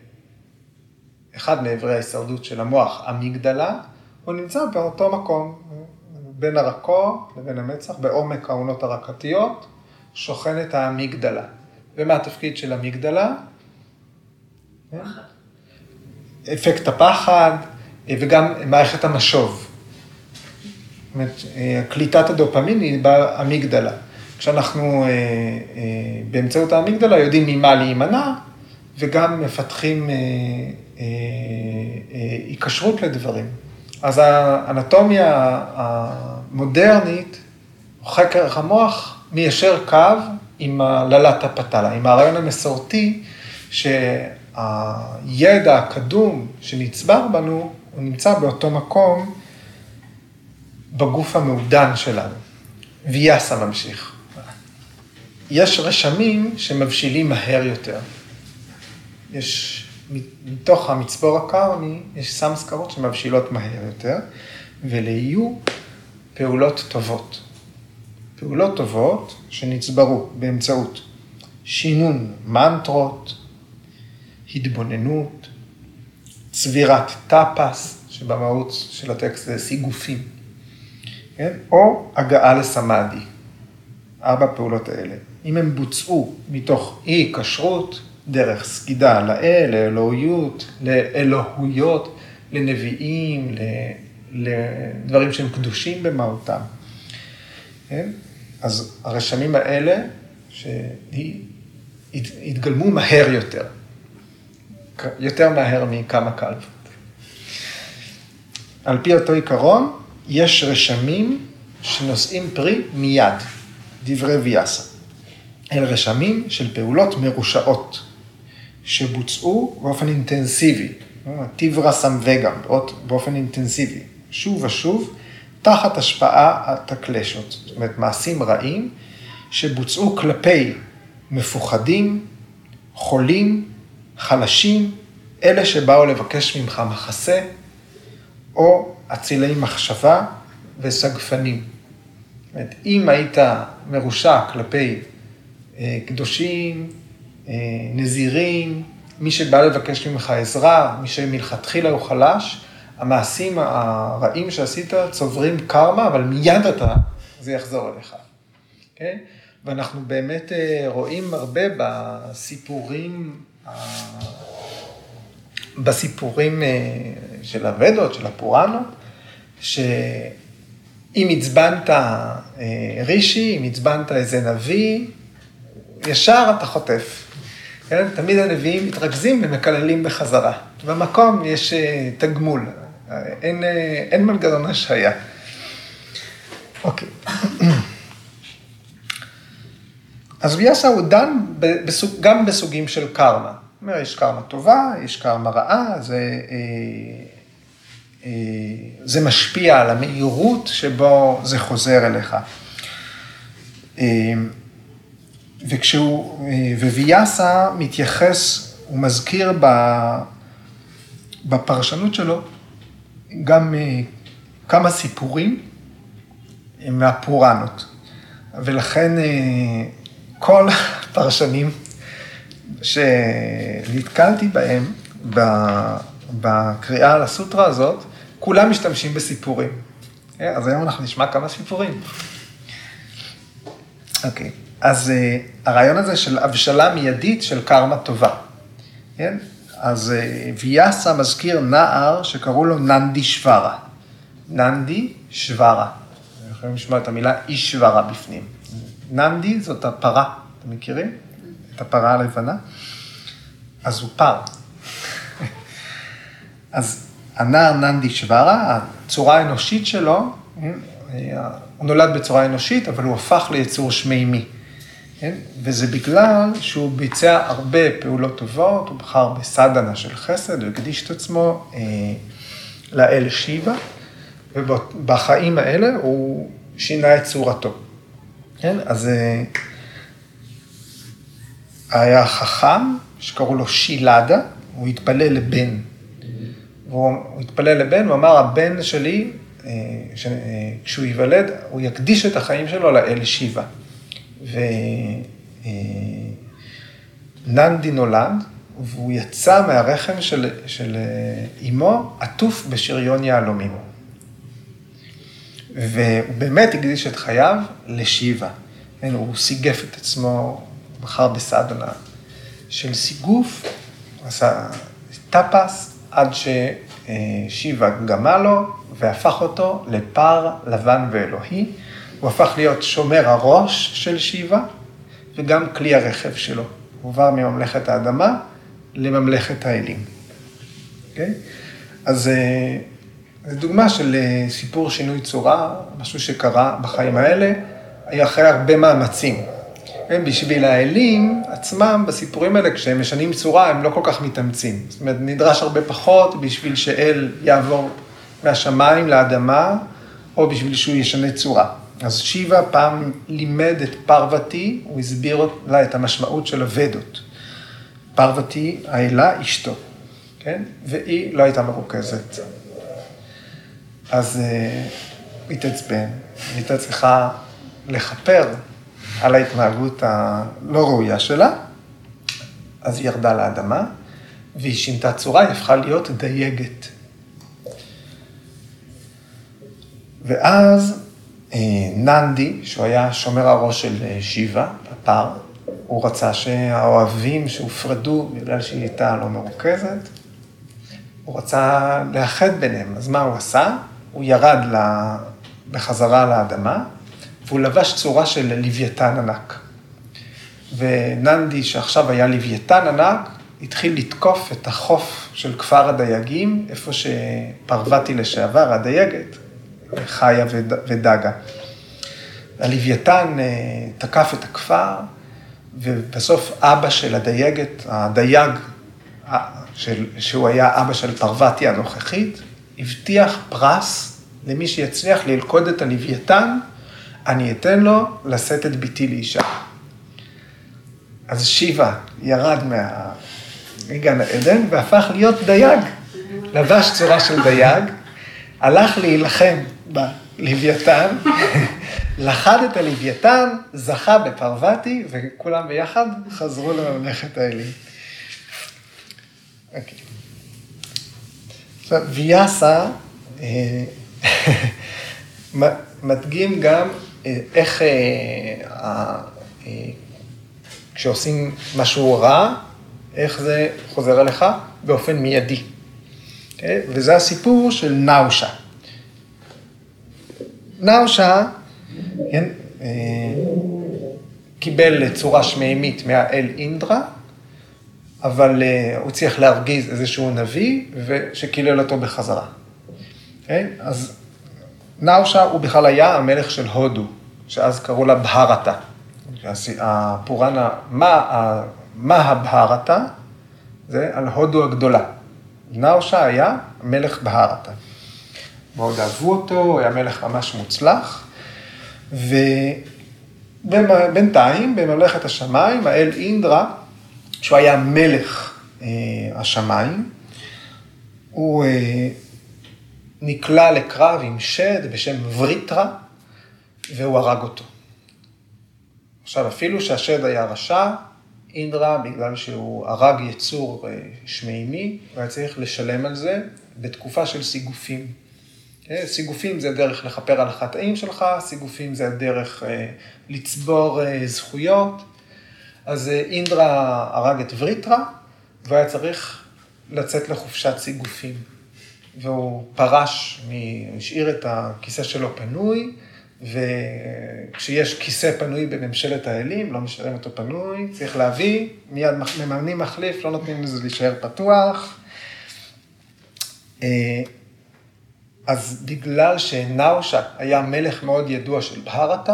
אחד מעברי ההישרדות של המוח, אמיגדלה, הוא נמצא באותו מקום, בין הרקו לבין המצח, בעומק העונות הרקתיות, שוכנת האמיגדלה. ומה התפקיד של אמיגדלה? פחד. אפקט הפחד, וגם מערכת המשוב. זאת אומרת, קליטת הדופמין היא באמיגדלה. כשאנחנו באמצעות האמיגדלה יודעים ממה להימנע, וגם מפתחים היקשרות לדברים. אז האנטומיה המודרנית, חקר המוח, מיישר קו עם הללטה פטלה, עם הרעיון המסורתי, שהידע הקדום שנצבר בנו, הוא נמצא באותו מקום בגוף המעודן שלנו. ויאסה ממשיך. יש רשמים שמבשילים מהר יותר. יש, מתוך המצבור הקרמי, יש סמסקרות שמבשילות מהר יותר, וליהיו פעולות טובות. פעולות טובות שנצברו באמצעות שינון מנטרות, התבוננות, צבירת טאפס, שבמהות של הטקסט זה סיגופים, כן? או הגעה לסמאדי, ארבע פעולות האלה. אם הם בוצעו מתוך אי כשרות, דרך סגידה לאל, לאלוהיות, לאלוהויות, לנביאים, לדברים שהם קדושים במהותם. כן? אז הרשמים האלה שהתגלמו מהר יותר, יותר מהר מכמה קלפות. על פי אותו עיקרון, יש רשמים שנושאים פרי מיד, דברי ויאסה. אל רשמים של פעולות מרושעות, שבוצעו באופן אינטנסיבי, טיברה סמווגם, באופן אינטנסיבי, שוב ושוב, תחת השפעה התקלשות, זאת אומרת, מעשים רעים, שבוצעו כלפי מפוחדים, חולים, חלשים, אלה שבאו לבקש ממך מחסה, או אצילי מחשבה וסגפנים. זאת אומרת, אם היית מרושע כלפי אה, קדושים, אה, נזירים, מי שבא לבקש ממך עזרה, מי שמלכתחילה הוא חלש, המעשים הרעים שעשית צוברים קרמה, אבל מיד אתה, זה יחזור אליך. כן? ואנחנו באמת רואים הרבה בסיפורים, בסיפורים של הוודות, של הפוראנות, שאם הצבנת רישי, אם הצבנת איזה נביא, ישר אתה חוטף. כן? תמיד הנביאים מתרכזים ומקללים בחזרה. במקום יש תגמול, אין, אין מנגנון השהיה. אוקיי. אז ויאסה הוא דן בסוג, גם בסוגים של קרמה. זאת אומרת, יש קרמה טובה, יש קרמה רעה, זה, אה, אה, זה משפיע על המהירות שבו זה חוזר אליך. אה, וכשהוא, אה, וויאסה מתייחס, הוא מזכיר ב, בפרשנות שלו גם אה, כמה סיפורים מהפוראנות. ולכן אה, כל הפרשנים שנתקלתי בהם בקריאה על הסוטרה הזאת, כולם משתמשים בסיפורים. אז היום אנחנו נשמע כמה סיפורים. אוקיי, אז הרעיון הזה של הבשלה מיידית של קרמה טובה. כן? אז ויאסה מזכיר נער שקראו לו ננדי שוורה. ננדי שוורה. יכולים לשמוע את המילה אישוורה בפנים. ננדי זאת הפרה, אתם מכירים? את הפרה הלבנה? אז הוא פר. אז הנער ננדי שוורה, הצורה האנושית שלו, הוא נולד בצורה אנושית, אבל הוא הפך ליצור שמימי. וזה בגלל שהוא ביצע הרבה פעולות טובות, הוא בחר בסדנה של חסד, הוא הקדיש את עצמו לאל שיבה, ובחיים האלה הוא שינה את צורתו. כן? אז היה חכם שקראו לו שילדה, הוא התפלל לבן. והוא התפלל לבן, הוא אמר, הבן שלי, כשהוא ייוולד, הוא יקדיש את החיים שלו לאל שיבה. וננדי נולד, והוא יצא מהרחם של, של אמו, עטוף בשריון יהלומים. והוא באמת הקדיש את חייו לשיבה. הוא סיגף את עצמו, בחר בסדנה של סיגוף, הוא עשה טפס עד ששיבה גמה לו, והפך אותו לפר לבן ואלוהי. הוא הפך להיות שומר הראש של שיבה, וגם כלי הרכב שלו. הוא עבר מממלכת האדמה לממלכת האלים. Okay? אז זו דוגמה של סיפור שינוי צורה, משהו שקרה בחיים האלה, היה אחרי הרבה מאמצים. בשביל האלים עצמם, בסיפורים האלה, כשהם משנים צורה, הם לא כל כך מתאמצים. זאת אומרת, נדרש הרבה פחות בשביל שאל יעבור מהשמיים לאדמה, או בשביל שהוא ישנה צורה. אז שיבה פעם לימד את פרוותי, הוא הסביר לה את המשמעות של הוודות. פרוותי, האלה, אשתו, כן? והיא לא הייתה מרוכזת. אז היא תצבן, היא הייתה צריכה לחפר על ההתנהגות הלא ראויה שלה, אז היא ירדה לאדמה, והיא שינתה צורה, היא הפכה להיות דייגת. ואז ננדי, שהוא היה שומר הראש של שיבה, הפר, הוא רצה שהאוהבים שהופרדו בגלל שהיא הייתה לא מרוכזת, הוא רצה לאחד ביניהם. אז מה הוא עשה? הוא ירד בחזרה לאדמה, והוא לבש צורה של לוויתן ענק. וננדי, שעכשיו היה לוויתן ענק, התחיל לתקוף את החוף של כפר הדייגים, איפה שפרוותי לשעבר, הדייגת, חיה ודגה. הלוויתן תקף את הכפר, ובסוף אבא של הדייגת, הדייג, של, שהוא היה אבא של פרוותי הנוכחית, הבטיח פרס למי שיצליח ללכוד את הלוויתן, אני אתן לו לשאת את ביתי לאישה. אז שיבה ירד מהגן העדן והפך להיות דייג, לבש צורה של דייג, הלך להילחם בלוויתן, לחד את הלוויתן, זכה בפרוותי, וכולם ביחד חזרו לממלכת האלים. אוקיי. עכשיו, ויאסה מדגים גם איך כשעושים משהו רע, איך זה חוזר אליך באופן מיידי. וזה הסיפור של נאושה. נאושה קיבל צורה שמימית מהאל אינדרה, אבל הוא צריך להרגיז איזשהו נביא שקילל אותו בחזרה. אז נאושה הוא בכלל היה המלך של הודו, שאז קראו לה בהרתה. הפורנה, מה, מה הבהרתה? זה על הודו הגדולה. נאושה היה מלך בהרתה. מאוד אהבו אותו, הוא היה מלך ממש מוצלח, ובינתיים, בממלכת השמיים, האל אינדרה, שהוא היה מלך אה, השמיים, הוא אה, נקלע לקרב עם שד בשם וריטרה, והוא הרג אותו. עכשיו, אפילו שהשד היה רשע, אינדרה, בגלל שהוא הרג יצור אה, שמימי, הוא היה צריך לשלם על זה בתקופה של סיגופים. אה, סיגופים זה הדרך לכפר על החטאים שלך, סיגופים זה הדרך אה, לצבור אה, זכויות, אז אינדרה הרג את וריטרה, והוא היה צריך לצאת לחופשת סיגופים. והוא פרש, השאיר את הכיסא שלו פנוי, וכשיש כיסא פנוי בממשלת האלים, לא משאירים אותו פנוי, צריך להביא, מיד ממנים מחליף, לא נותנים לזה להישאר פתוח. אז בגלל שנאושה היה מלך מאוד ידוע של בהרתה,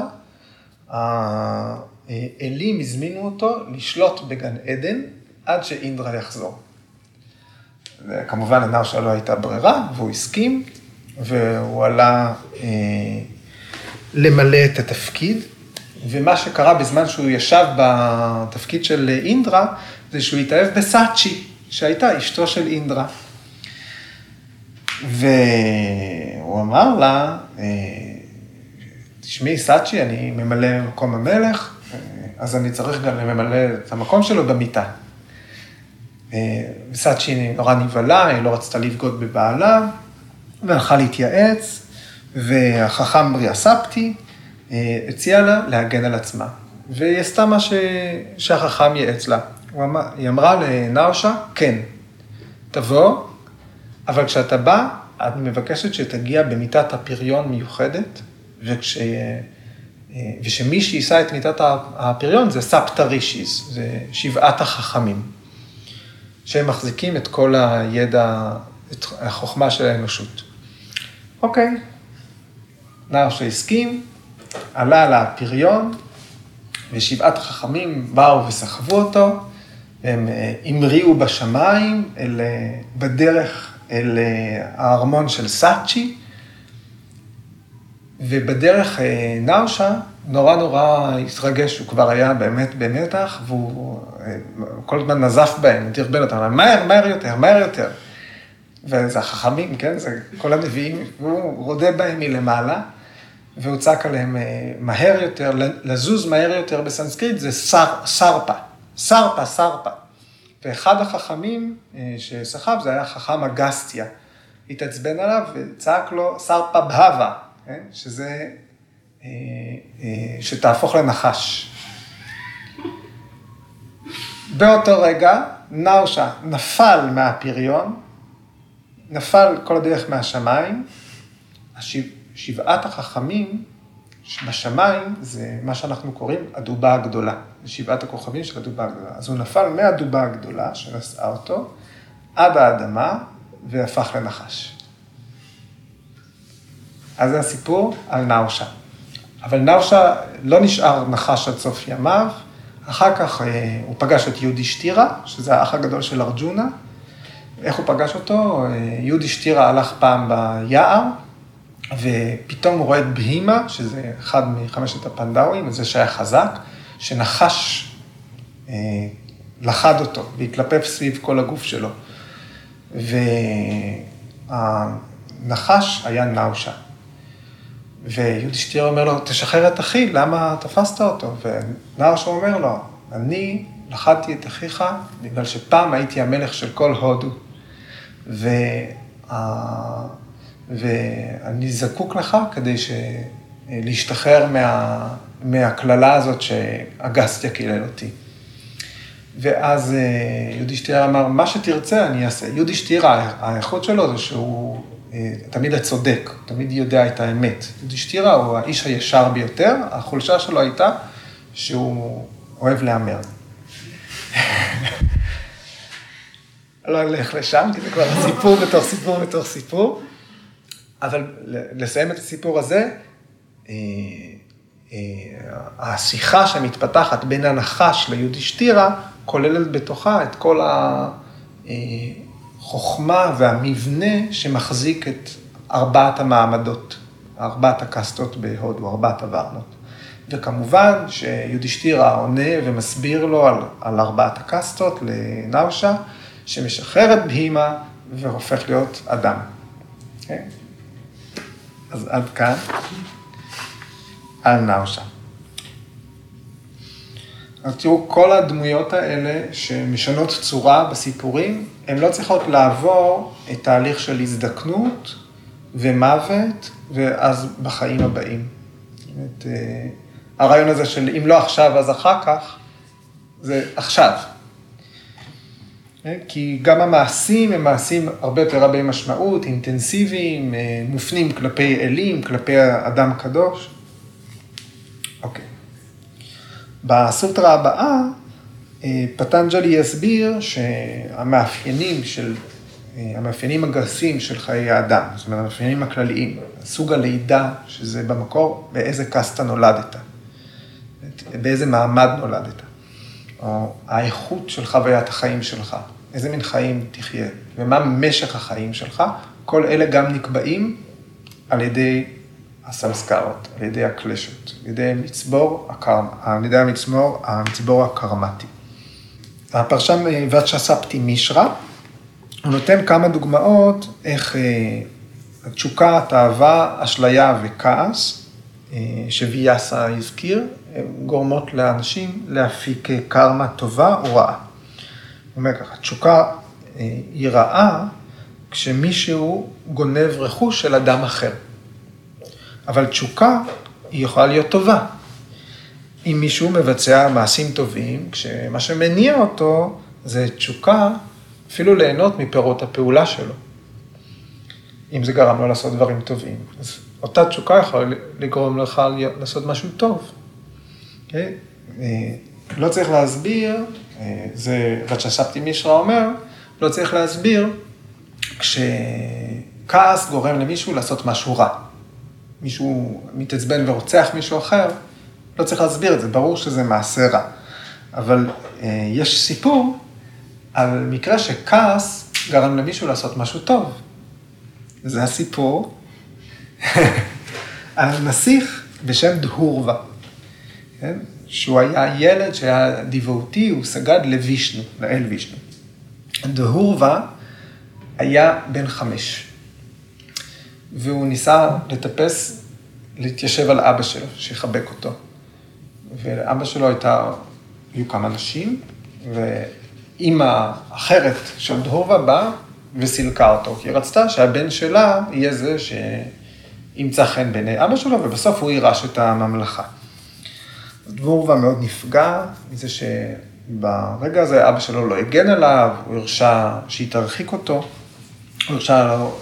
האלים הזמינו אותו לשלוט בגן עדן עד שאינדרה יחזור. וכמובן לנאושה לא הייתה ברירה, והוא הסכים, והוא עלה אה, למלא את התפקיד, ומה שקרה בזמן שהוא ישב בתפקיד של אינדרה, זה שהוא התאהב בסאצ'י, שהייתה אשתו של אינדרה. והוא אמר לה, אה, תשמעי סאצ'י, אני ממלא מקום המלך, אז אני צריך גם לממלא את המקום שלו במיטה. סאצ'י נורא נבהלה, היא לא רצתה לבגוד בבעלה, והלכה להתייעץ, והחכם בריאספתי הציע לה להגן על עצמה. והיא עשתה מה ש... שהחכם ייעץ לה. היא אמרה לנאושה, כן, תבוא, אבל כשאתה בא, את מבקשת שתגיע במיטת הפריון מיוחדת, וכש... ושמי שיישא את מיטת הפריון זה ספטרישיס, זה שבעת החכמים, שהם מחזיקים את כל הידע, את החוכמה של האנושות. אוקיי, נאושה הסכים, עלה על הפריון, ושבעת החכמים באו וסחבו אותו, והם המריאו בשמיים, אל, בדרך אל הארמון של סאצ'י, ובדרך נאושה נורא נורא התרגש, הוא כבר היה באמת במתח, והוא כל הזמן נזף בהם, תרבל אותם, מהר, מהר יותר, מהר יותר. וזה החכמים, כן? זה כל הנביאים, והוא רודה בהם מלמעלה, והוא צעק עליהם מהר יותר, לזוז מהר יותר בסנסקריט, זה שר, סרפה, סרפה, סרפה. ואחד החכמים שסחב, זה היה חכם אגסטיה, התעצבן עליו וצעק לו סרפה בהווה, כן? שזה, שתהפוך לנחש. באותו רגע, נאושה נפל מהפריון, נפל כל הדרך מהשמיים, שבעת החכמים בשמיים זה מה שאנחנו קוראים הדובה הגדולה, זה שבעת הכוכבים של הדובה הגדולה. אז הוא נפל מהדובה הגדולה שנשאה אותו עד האדמה והפך לנחש. אז זה הסיפור על נאושה. אבל נאושה לא נשאר נחש עד סוף ימיו, אחר כך הוא פגש את יודישתירה, שזה האח הגדול של ארג'ונה. איך הוא פגש אותו? יודישתירה הלך פעם ביער, ופתאום הוא רואה את בהימה, שזה אחד מחמשת הפנדאוים, זה שהיה חזק, שנחש אה, לחד אותו, והתלפף סביב כל הגוף שלו. הנחש היה נאושה. ויודישתיר אומר לו, תשחרר את אחי, למה תפסת אותו? ונאושה אומר לו, אני לחדתי את אחיך בגלל שפעם הייתי המלך של כל הודו. וה... ואני זקוק לך כדי ש... להשתחרר מה... מהכללה הזאת שאגסטיה קילל אותי. ואז יודישתיר אמר, מה שתרצה אני אעשה. יודישתיר, האיכות שלו זה שהוא תמיד הצודק, תמיד יודע את האמת. יודישתיר הוא האיש הישר ביותר, החולשה שלו הייתה שהוא אוהב להמר. לא אלך לשם, כי זה כבר סיפור בתוך סיפור בתוך סיפור, אבל לסיים את הסיפור הזה, השיחה שמתפתחת בין הנחש ליודישתירה, כוללת בתוכה את כל החוכמה והמבנה שמחזיק את ארבעת המעמדות, ארבעת הקסטות בהודו, ארבעת הוורנות. וכמובן שיודישתירה עונה ומסביר לו על, על ארבעת הקסטות לנאושה, שמשחרר את בהימה והופך להיות אדם. Okay? אז עד כאן, על נאושה. אז תראו, כל הדמויות האלה שמשנות צורה בסיפורים, הן לא צריכות לעבור את תהליך של הזדקנות ומוות, ואז בחיים הבאים. זאת אומרת, הרעיון הזה של אם לא עכשיו אז אחר כך, זה עכשיו. כי גם המעשים הם מעשים הרבה יותר רבי משמעות, אינטנסיביים, מופנים כלפי אלים, כלפי אדם קדוש. אוקיי. בסוטרה הבאה, פטנג'לי יסביר שהמאפיינים של, המאפיינים הגסים של חיי האדם, זאת אומרת, המאפיינים הכלליים, סוג הלידה, שזה במקור, באיזה קסטה נולדת, באיזה מעמד נולדת, או האיכות של חוויית החיים שלך, איזה מין חיים תחיה, ומה משך החיים שלך, כל אלה גם נקבעים על ידי הסמסקרות, על ידי הקלשות, על ידי מצבור הקרמה, על ידי המצבור, המצבור הקרמטי. הפרשן וצ'ספטי מישרה, הוא נותן כמה דוגמאות איך התשוקה, תאווה, אשליה וכעס, שוויאסה הזכיר, גורמות לאנשים להפיק קרמה טובה או רעה. הוא אומר ככה, תשוקה היא רעה כשמישהו גונב רכוש של אדם אחר. אבל תשוקה היא יכולה להיות טובה. אם מישהו מבצע מעשים טובים, כשמה שמניע אותו זה תשוקה, אפילו ליהנות מפירות הפעולה שלו. אם זה גרם לו לעשות דברים טובים. אז אותה תשוקה יכולה לגרום לך לעשות משהו טוב. Okay? לא צריך להסביר, זה וצ'ספטי מישרה אומר, לא צריך להסביר כשכעס גורם למישהו לעשות משהו רע. מישהו מתעצבן ורוצח מישהו אחר, לא צריך להסביר את זה, ברור שזה מעשה רע. אבל אה, יש סיפור על מקרה שכעס גרם למישהו לעשות משהו טוב. זה הסיפור על נסיך בשם דהורווה, כן? שהוא היה ילד שהיה דיוותי, הוא סגד לוישנו, לאל וישנו. דהורווה היה בן חמש. והוא ניסה לטפס, להתיישב על אבא שלו, שיחבק אותו. ולאבא שלו הייתה, היו כמה נשים, ואימא אחרת של דהורווה באה וסילקה אותו, כי היא רצתה שהבן שלה יהיה זה שימצא חן בעיני אבא שלו, ובסוף הוא יירש את הממלכה. דהורווה מאוד נפגע מזה שברגע הזה אבא שלו לא הגן עליו, הוא הרשה שהיא תרחיק אותו, הוא הרשה לו...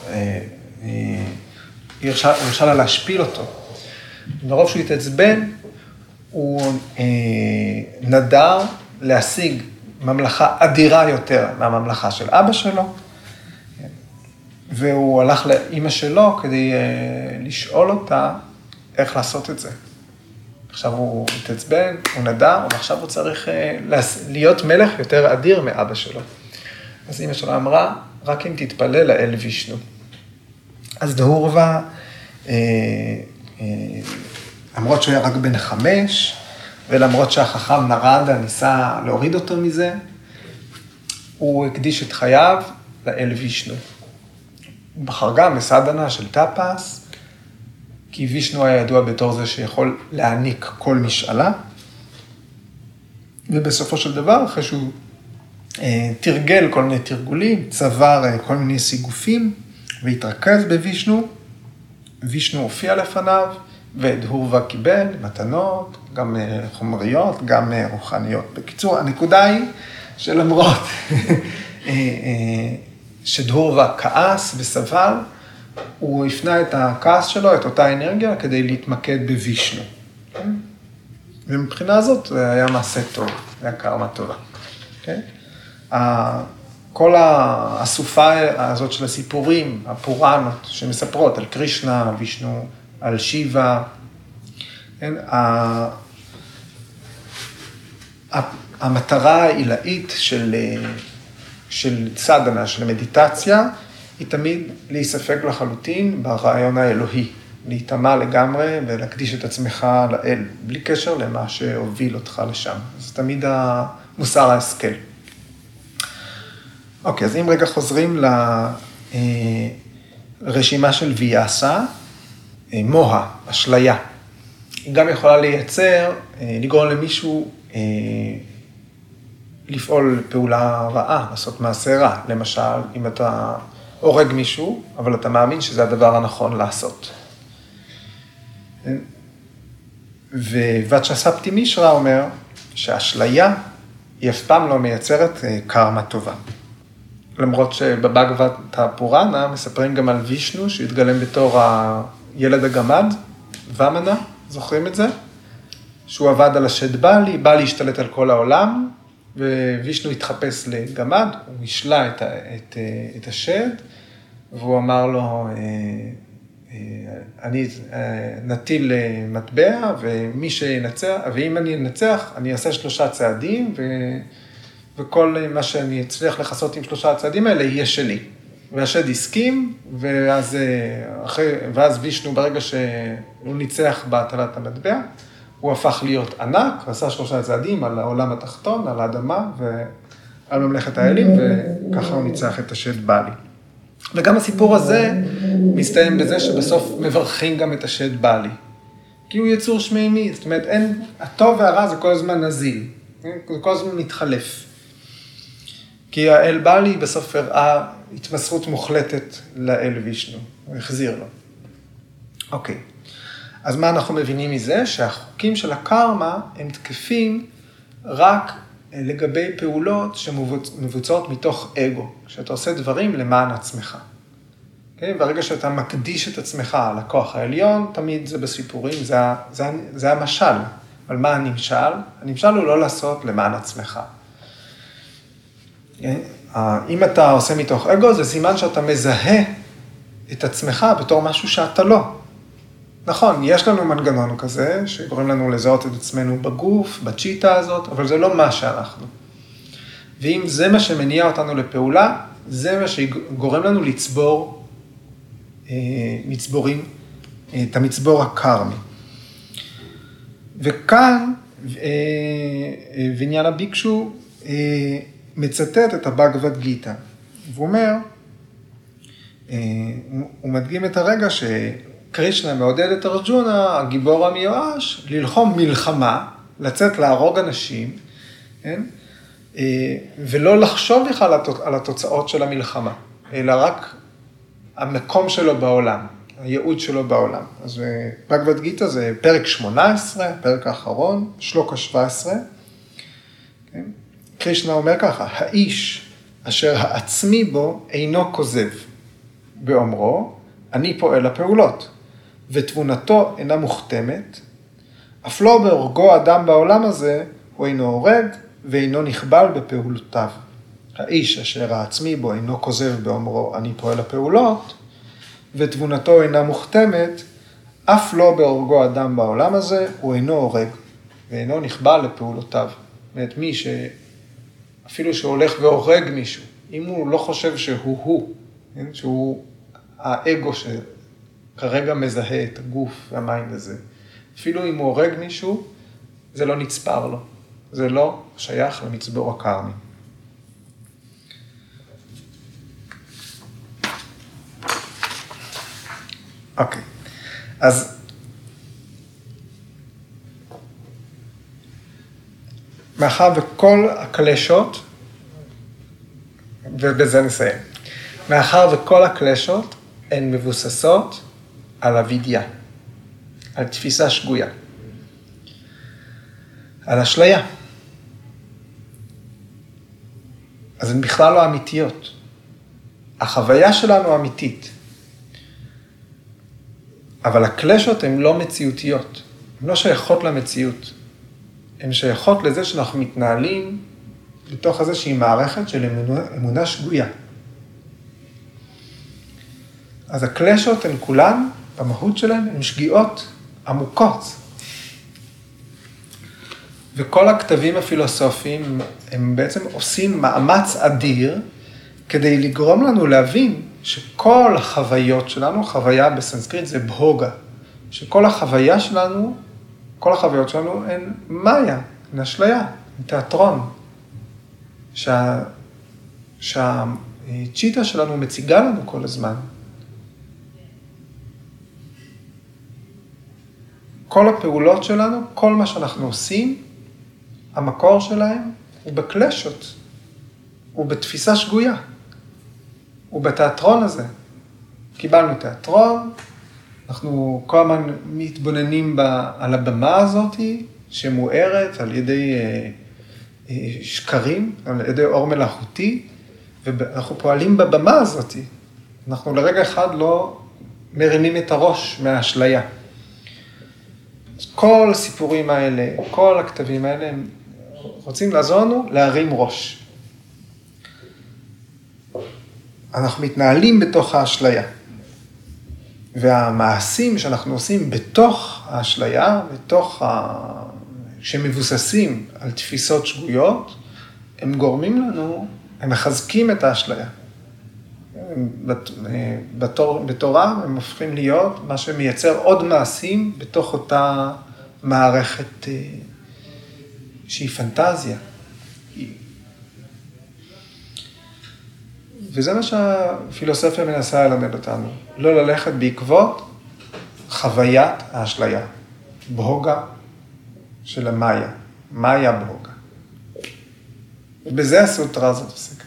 היא הרשה לה להשפיל אותו. מרוב שהוא התעצבן, הוא נדר להשיג ממלכה אדירה יותר מהממלכה של אבא שלו, והוא הלך לאמא שלו כדי לשאול אותה איך לעשות את זה. עכשיו הוא התעצבן, הוא נדר, ועכשיו הוא צריך להיות מלך יותר אדיר מאבא שלו. אז אמא שלו אמרה, רק אם תתפלל לאל וישנו. אז דהורווה, למרות שהוא היה רק בן חמש, ולמרות שהחכם נרדה ניסה להוריד אותו מזה, הוא הקדיש את חייו לאל וישנו. הוא בחר גם בסדנה של טאפס, כי וישנו היה ידוע בתור זה שיכול להעניק כל משאלה, ובסופו של דבר, אחרי שהוא אה, תרגל כל מיני תרגולים, צבר אה, כל מיני סיגופים, והתרכז בווישנו, וישנו הופיע לפניו, ודהורווה קיבל מתנות, גם אה, חומריות, גם אה, רוחניות. בקיצור, הנקודה היא שלמרות אה, אה, שדהורווה כעס וסבל, הוא הפנה את הכעס שלו, את אותה אנרגיה, כדי להתמקד בווישנו. ומבחינה הזאת זה היה מעשה טוב, זה היה קרמה טובה. Okay? כל הסופה הזאת של הסיפורים, הפוראנות, שמספרות על קרישנה, וישנו, על שיבה, כן? המטרה העילאית של, של סדנה, של מדיטציה, היא תמיד להיספק לחלוטין ברעיון האלוהי, להתאמה לגמרי ולהקדיש את עצמך לאל, בלי קשר למה שהוביל אותך לשם. זה תמיד המוסר ההשכל. אוקיי, אז אם רגע חוזרים לרשימה של ויאסה, מוה, אשליה. היא גם יכולה לייצר, לגרום למישהו לפעול פעולה רעה, לעשות מעשה רע. למשל, אם אתה הורג מישהו, אבל אתה מאמין שזה הדבר הנכון לעשות. וואצ'ספטי מישרה אומר שהאשליה היא אף פעם לא מייצרת קרמה טובה. למרות שבבגבתה פוראנה מספרים גם על וישנו שהתגלם בתור הילד הגמד, ומנה, זוכרים את זה? שהוא עבד על השד בעלי, בא להשתלט על כל העולם, ווישנו התחפש לגמד, הוא השלה את, את, את השד, והוא אמר לו, אני נטיל מטבע, ומי שינצח, ואם אני אנצח, אני אעשה שלושה צעדים, ו, וכל מה שאני אצליח לחסות עם שלושה הצעדים האלה יהיה שלי. והשד הסכים, ואז, אחרי, ואז וישנו ברגע שהוא ניצח בהטלת המטבע, הוא הפך להיות ענק, ועשה שלושה צעדים על העולם התחתון, על האדמה ועל ממלכת האלים, וככה הוא ניצח את השד בעלי. וגם הסיפור הזה מסתיים בזה שבסוף מברכים גם את השד בעלי. כי הוא יצור שמימי, זאת אומרת, אין, הטוב והרע זה כל הזמן נזיל, זה כל הזמן מתחלף. כי האל בעלי בסוף הראה התמסרות מוחלטת לאל וישנו, הוא החזיר לו. אוקיי. אז מה אנחנו מבינים מזה? שהחוקים של הקרמה הם תקפים רק לגבי פעולות שמבוצעות מתוך אגו, שאתה עושה דברים למען עצמך. Okay? ברגע שאתה מקדיש את עצמך לכוח העליון, תמיד זה בסיפורים, זה, זה, זה המשל. אבל מה הנמשל? הנמשל הוא לא לעשות למען עצמך. Okay? אם אתה עושה מתוך אגו, זה סימן שאתה מזהה את עצמך בתור משהו שאתה לא. נכון, יש לנו מנגנון כזה, שגורם לנו לזהות את עצמנו בגוף, בצ'יטה הזאת, אבל זה לא מה שאנחנו. ואם זה מה שמניע אותנו לפעולה, זה מה שגורם לנו לצבור אה, מצבורים, אה, את המצבור הקרמי. וכאן, אה, אה, ויניאנה ביקשו אה, מצטט את הבגבד גיטה. והוא אומר, אה, הוא מדגים את הרגע ש... קרישנה מעודד את ארג'ונה, הגיבור המיואש, ללחום מלחמה, לצאת להרוג אנשים, כן? ולא לחשוב בכלל על התוצאות של המלחמה, אלא רק המקום שלו בעולם, הייעוד שלו בעולם. אז בגבד גיטה זה פרק שמונה עשרה, פרק האחרון, שלוקה שבע עשרה. כן? קרישנה אומר ככה, האיש אשר העצמי בו אינו כוזב, באומרו, אני פועל הפעולות. ותבונתו אינה מוכתמת, אף לא בהורגו אדם בעולם הזה, הוא אינו הורג ואינו נכבל בפעולותיו. האיש אשר העצמי בו אינו כוזב באומרו, אני פועל הפעולות, ותבונתו אינה מוכתמת, אף לא בהורגו אדם בעולם הזה, הוא אינו הורג ואינו נכבל לפעולותיו. זאת אומרת, מי שאפילו שהולך והורג מישהו, אם הוא לא חושב שהוא הוא, שהוא האגו של... כרגע מזהה את הגוף והמים הזה. אפילו אם הוא הורג מישהו, זה לא נצפר לו. זה לא שייך למצבור הקרמי. אוקיי. אז מאחר וכל הקלשות, ובזה נסיים, מאחר וכל הקלשות הן מבוססות על הווידיה, על תפיסה שגויה, על אשליה. אז הן בכלל לא אמיתיות. החוויה שלנו אמיתית, אבל הקלשות הן לא מציאותיות, הן לא שייכות למציאות. הן שייכות לזה שאנחנו מתנהלים בתוך איזושהי מערכת של אמונה, אמונה שגויה. אז הקלשות הן כולן, במהות שלהן, הן שגיאות עמוקות. וכל הכתבים הפילוסופיים הם בעצם עושים מאמץ אדיר כדי לגרום לנו להבין שכל החוויות שלנו, חוויה בסנסקריט זה בהוגה, שכל החוויה שלנו, כל החוויות שלנו הן מאיה, הן אשליה, הן תיאטרון, שה, שהצ'יטה שלנו מציגה לנו כל הזמן. כל הפעולות שלנו, כל מה שאנחנו עושים, המקור שלהם הוא בקלשות, הוא בתפיסה שגויה, הוא בתיאטרון הזה. קיבלנו תיאטרון, אנחנו כל הזמן מתבוננים ב, על הבמה הזאת, שמוארת על ידי אה, אה, שקרים, על ידי אור מלאכותי, ואנחנו פועלים בבמה הזאת. אנחנו לרגע אחד לא מרימים את הראש מהאשליה. כל הסיפורים האלה, כל הכתבים האלה, הם רוצים לעזור לנו להרים ראש. אנחנו מתנהלים בתוך האשליה. והמעשים שאנחנו עושים בתוך האשליה, בתוך ה... שמבוססים על תפיסות שגויות, הם גורמים לנו, הם מחזקים את האשליה. בתור, בתורה הם הופכים להיות מה שמייצר עוד מעשים בתוך אותה מערכת שהיא פנטזיה. וזה מה שהפילוסופיה מנסה ללמד אותנו, לא ללכת בעקבות חוויית האשליה, בהוגה של המאיה, מאיה בהוגה. ובזה הסוטרה הזאת עוסקת.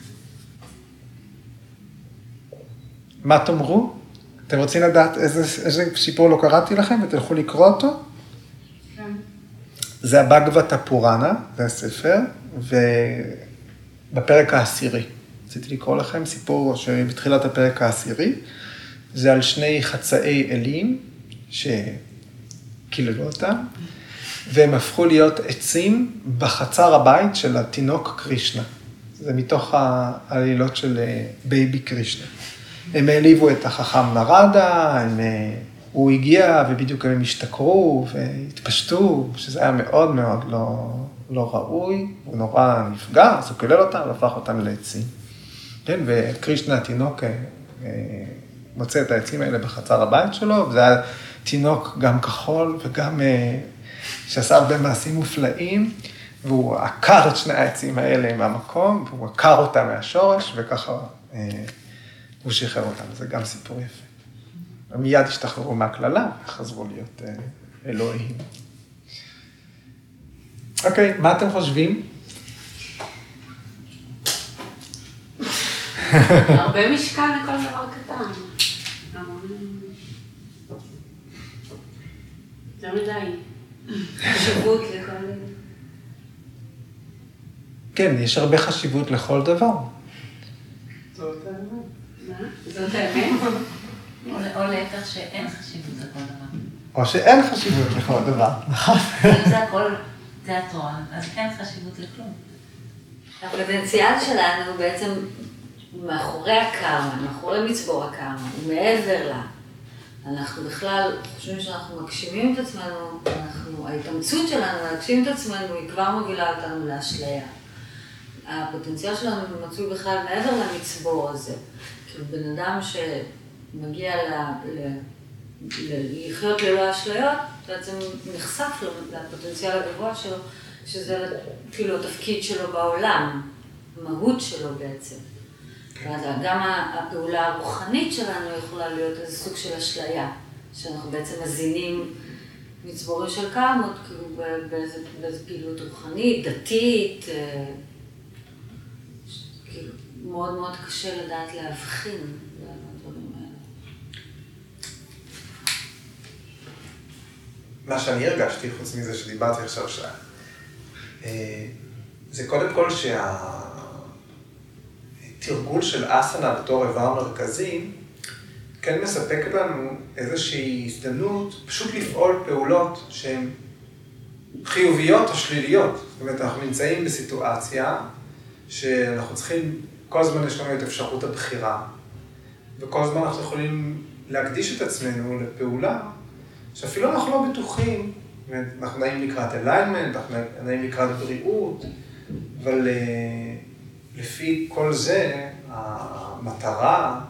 מה תאמרו? אתם רוצים לדעת איזה, איזה שיפור לא קראתי לכם ותלכו לקרוא אותו? כן. זה הבאגבטה פוראנה, זה הספר, ובפרק העשירי. רציתי לקרוא לכם סיפור שבתחילת הפרק העשירי, זה על שני חצאי אלים שקיללו אותם, והם הפכו להיות עצים בחצר הבית של התינוק קרישנה. זה מתוך העלילות של בייבי קרישנה. הם העליבו את החכם נרדה, הם, הוא הגיע ובדיוק הם השתכרו והתפשטו, שזה היה מאוד מאוד לא, לא ראוי, הוא נורא נפגע, אז הוא קילל אותם והפך אותם לעצים. כן, וקרישנה התינוק מוצא את העצים האלה בחצר הבית שלו, וזה היה תינוק גם כחול וגם שעשה הרבה מעשים מופלאים, והוא עקר את שני העצים האלה מהמקום, והוא עקר אותם מהשורש, וככה הוא שחרר אותם. זה גם סיפור יפה. מיד השתחררו מהכללה, וחזרו להיות אלוהים. אוקיי, מה אתם חושבים? הרבה משקל לכל דבר קטן. זה מדי. חשיבות לכל דבר. כן, יש הרבה חשיבות לכל דבר. זאת האמת. מה? זאת האמת? או להפך שאין חשיבות לכל דבר. או שאין חשיבות לכל דבר, נכון? אם זה הכל תיאטרון, אז אין חשיבות לכלום. הפוטנציאל שלנו בעצם מאחורי הקרמה, מאחורי מצבור הקרמה, ומעבר לה. אנחנו בכלל חושבים שאנחנו מגשימים את עצמנו, אנחנו, ההתאמצות שלנו להגשים את עצמנו היא כבר מובילה אותנו לאשליה. הפוטנציאל שלנו מצוי בכלל מעבר למצבור הזה. כאילו בן אדם שמגיע ל, ל, ל, לחיות ללא אשליות, בעצם נחשף לפוטנציאל הגבוה שלו, שזה כאילו התפקיד שלו בעולם, המהות שלו בעצם. ואז גם הפעולה הרוחנית שלנו יכולה להיות איזה סוג של אשליה. שאנחנו בעצם מזינים מצבורים של קרמות, כאילו באיזה, באיזה פעילות רוחנית, דתית, כאילו מאוד מאוד קשה לדעת להבחין בדברים האלה. מה שאני הרגשתי, חוץ מזה שדיברתי עכשיו שעה, זה קודם כל שהתרגול של אסנה בתור איבר מרכזי, כן מספק לנו איזושהי הזדמנות פשוט לפעול פעולות שהן חיוביות או שליליות. זאת אומרת, אנחנו נמצאים בסיטואציה שאנחנו צריכים, כל הזמן יש לנו את אפשרות הבחירה, וכל הזמן אנחנו יכולים להקדיש את עצמנו לפעולה, שאפילו אנחנו לא בטוחים, אנחנו נעים לקראת alignment, אנחנו נעים לקראת בריאות, אבל לפי כל זה, המטרה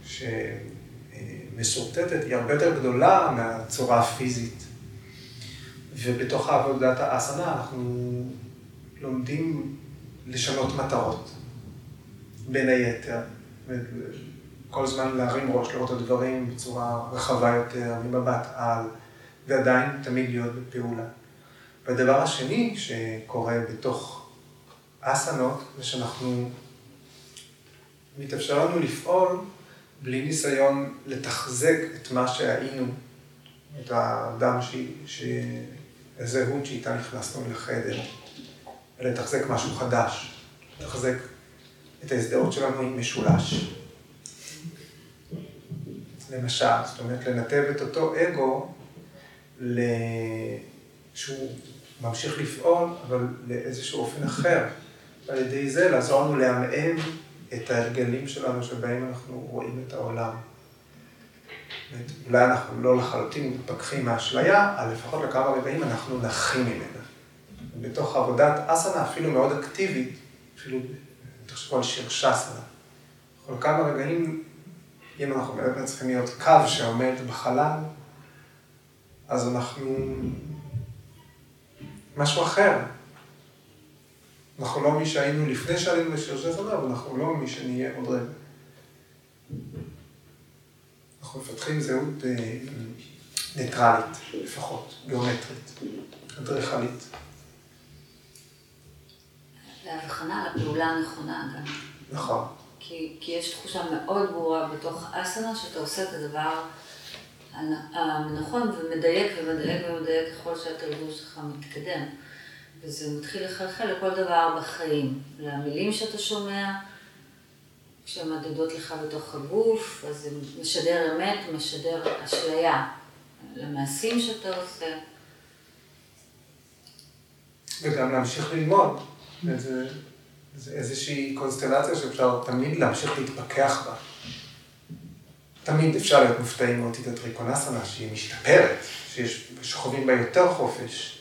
שמסורטטת היא הרבה יותר גדולה מהצורה הפיזית. ובתוך עבודת האסנה אנחנו לומדים לשנות מטרות, בין היתר. כל הזמן להרים ראש, לראות את הדברים בצורה רחבה יותר, ממבט על, ועדיין תמיד להיות בפעולה. והדבר השני שקורה בתוך אסנות, זה שאנחנו, מתאפשר לנו לפעול בלי ניסיון לתחזק את מה שהיינו, את האדם ש... הזהות שאיתה נכנסנו לחדר, ולתחזק משהו חדש, לתחזק את ההזדהות שלנו עם משולש. למשל, זאת אומרת, לנתב את אותו אגו שהוא ממשיך לפעול, אבל לאיזשהו אופן אחר. ועל ידי זה לעזור לנו לעמעם את ההרגלים שלנו שבהם אנחנו רואים את העולם. אולי אנחנו לא לחלוטין מתפכחים מהאשליה, אבל לפחות לכמה רגעים אנחנו נחים ממנה. בתוך עבודת אסנה אפילו מאוד אקטיבית, אפילו תחשבו על שירשסנה. כל כמה רגעים, אם אנחנו באמת צריכים להיות קו שעומד בחלל, אז אנחנו משהו אחר. אנחנו לא מי שהיינו לפני שעלינו לשירשסנה, אבל אנחנו לא מי שנהיה עוד רגע. אנחנו מפתחים זהות ניטרלית, לפחות, גיאומטרית, אדריכלית. והבחנה על הפעולה הנכונה גם. נכון. כי, כי יש תחושה מאוד ברורה בתוך אסנה שאתה עושה את הדבר הנכון ומדייק ומדייק ומדייק ככל שהתרגול שלך מתקדם. וזה מתחיל לחלחל לכל דבר בחיים, למילים שאתה שומע, כשמדדות לך בתוך הגוף, אז זה משדר אמת, משדר אשליה למעשים שאתה עושה. וגם להמשיך ללמוד. זה, זה איזושהי קונסטלציה שאפשר תמיד להמשיך להתפקח בה. תמיד אפשר להיות מופתעים מאותית הטריקונסנה, שהיא משתפרת, שיש שחווים בה יותר חופש.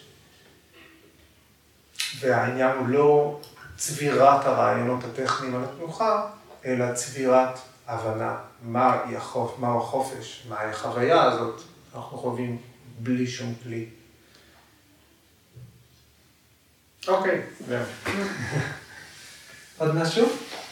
והעניין הוא לא צבירת הרעיונות הטכניים על התנוחה, אלא צבירת הבנה, מהי החופ, מהו החופש, מהי החוויה הזאת, אנחנו חווים בלי שום כלי. אוקיי, זהו. עוד משהו?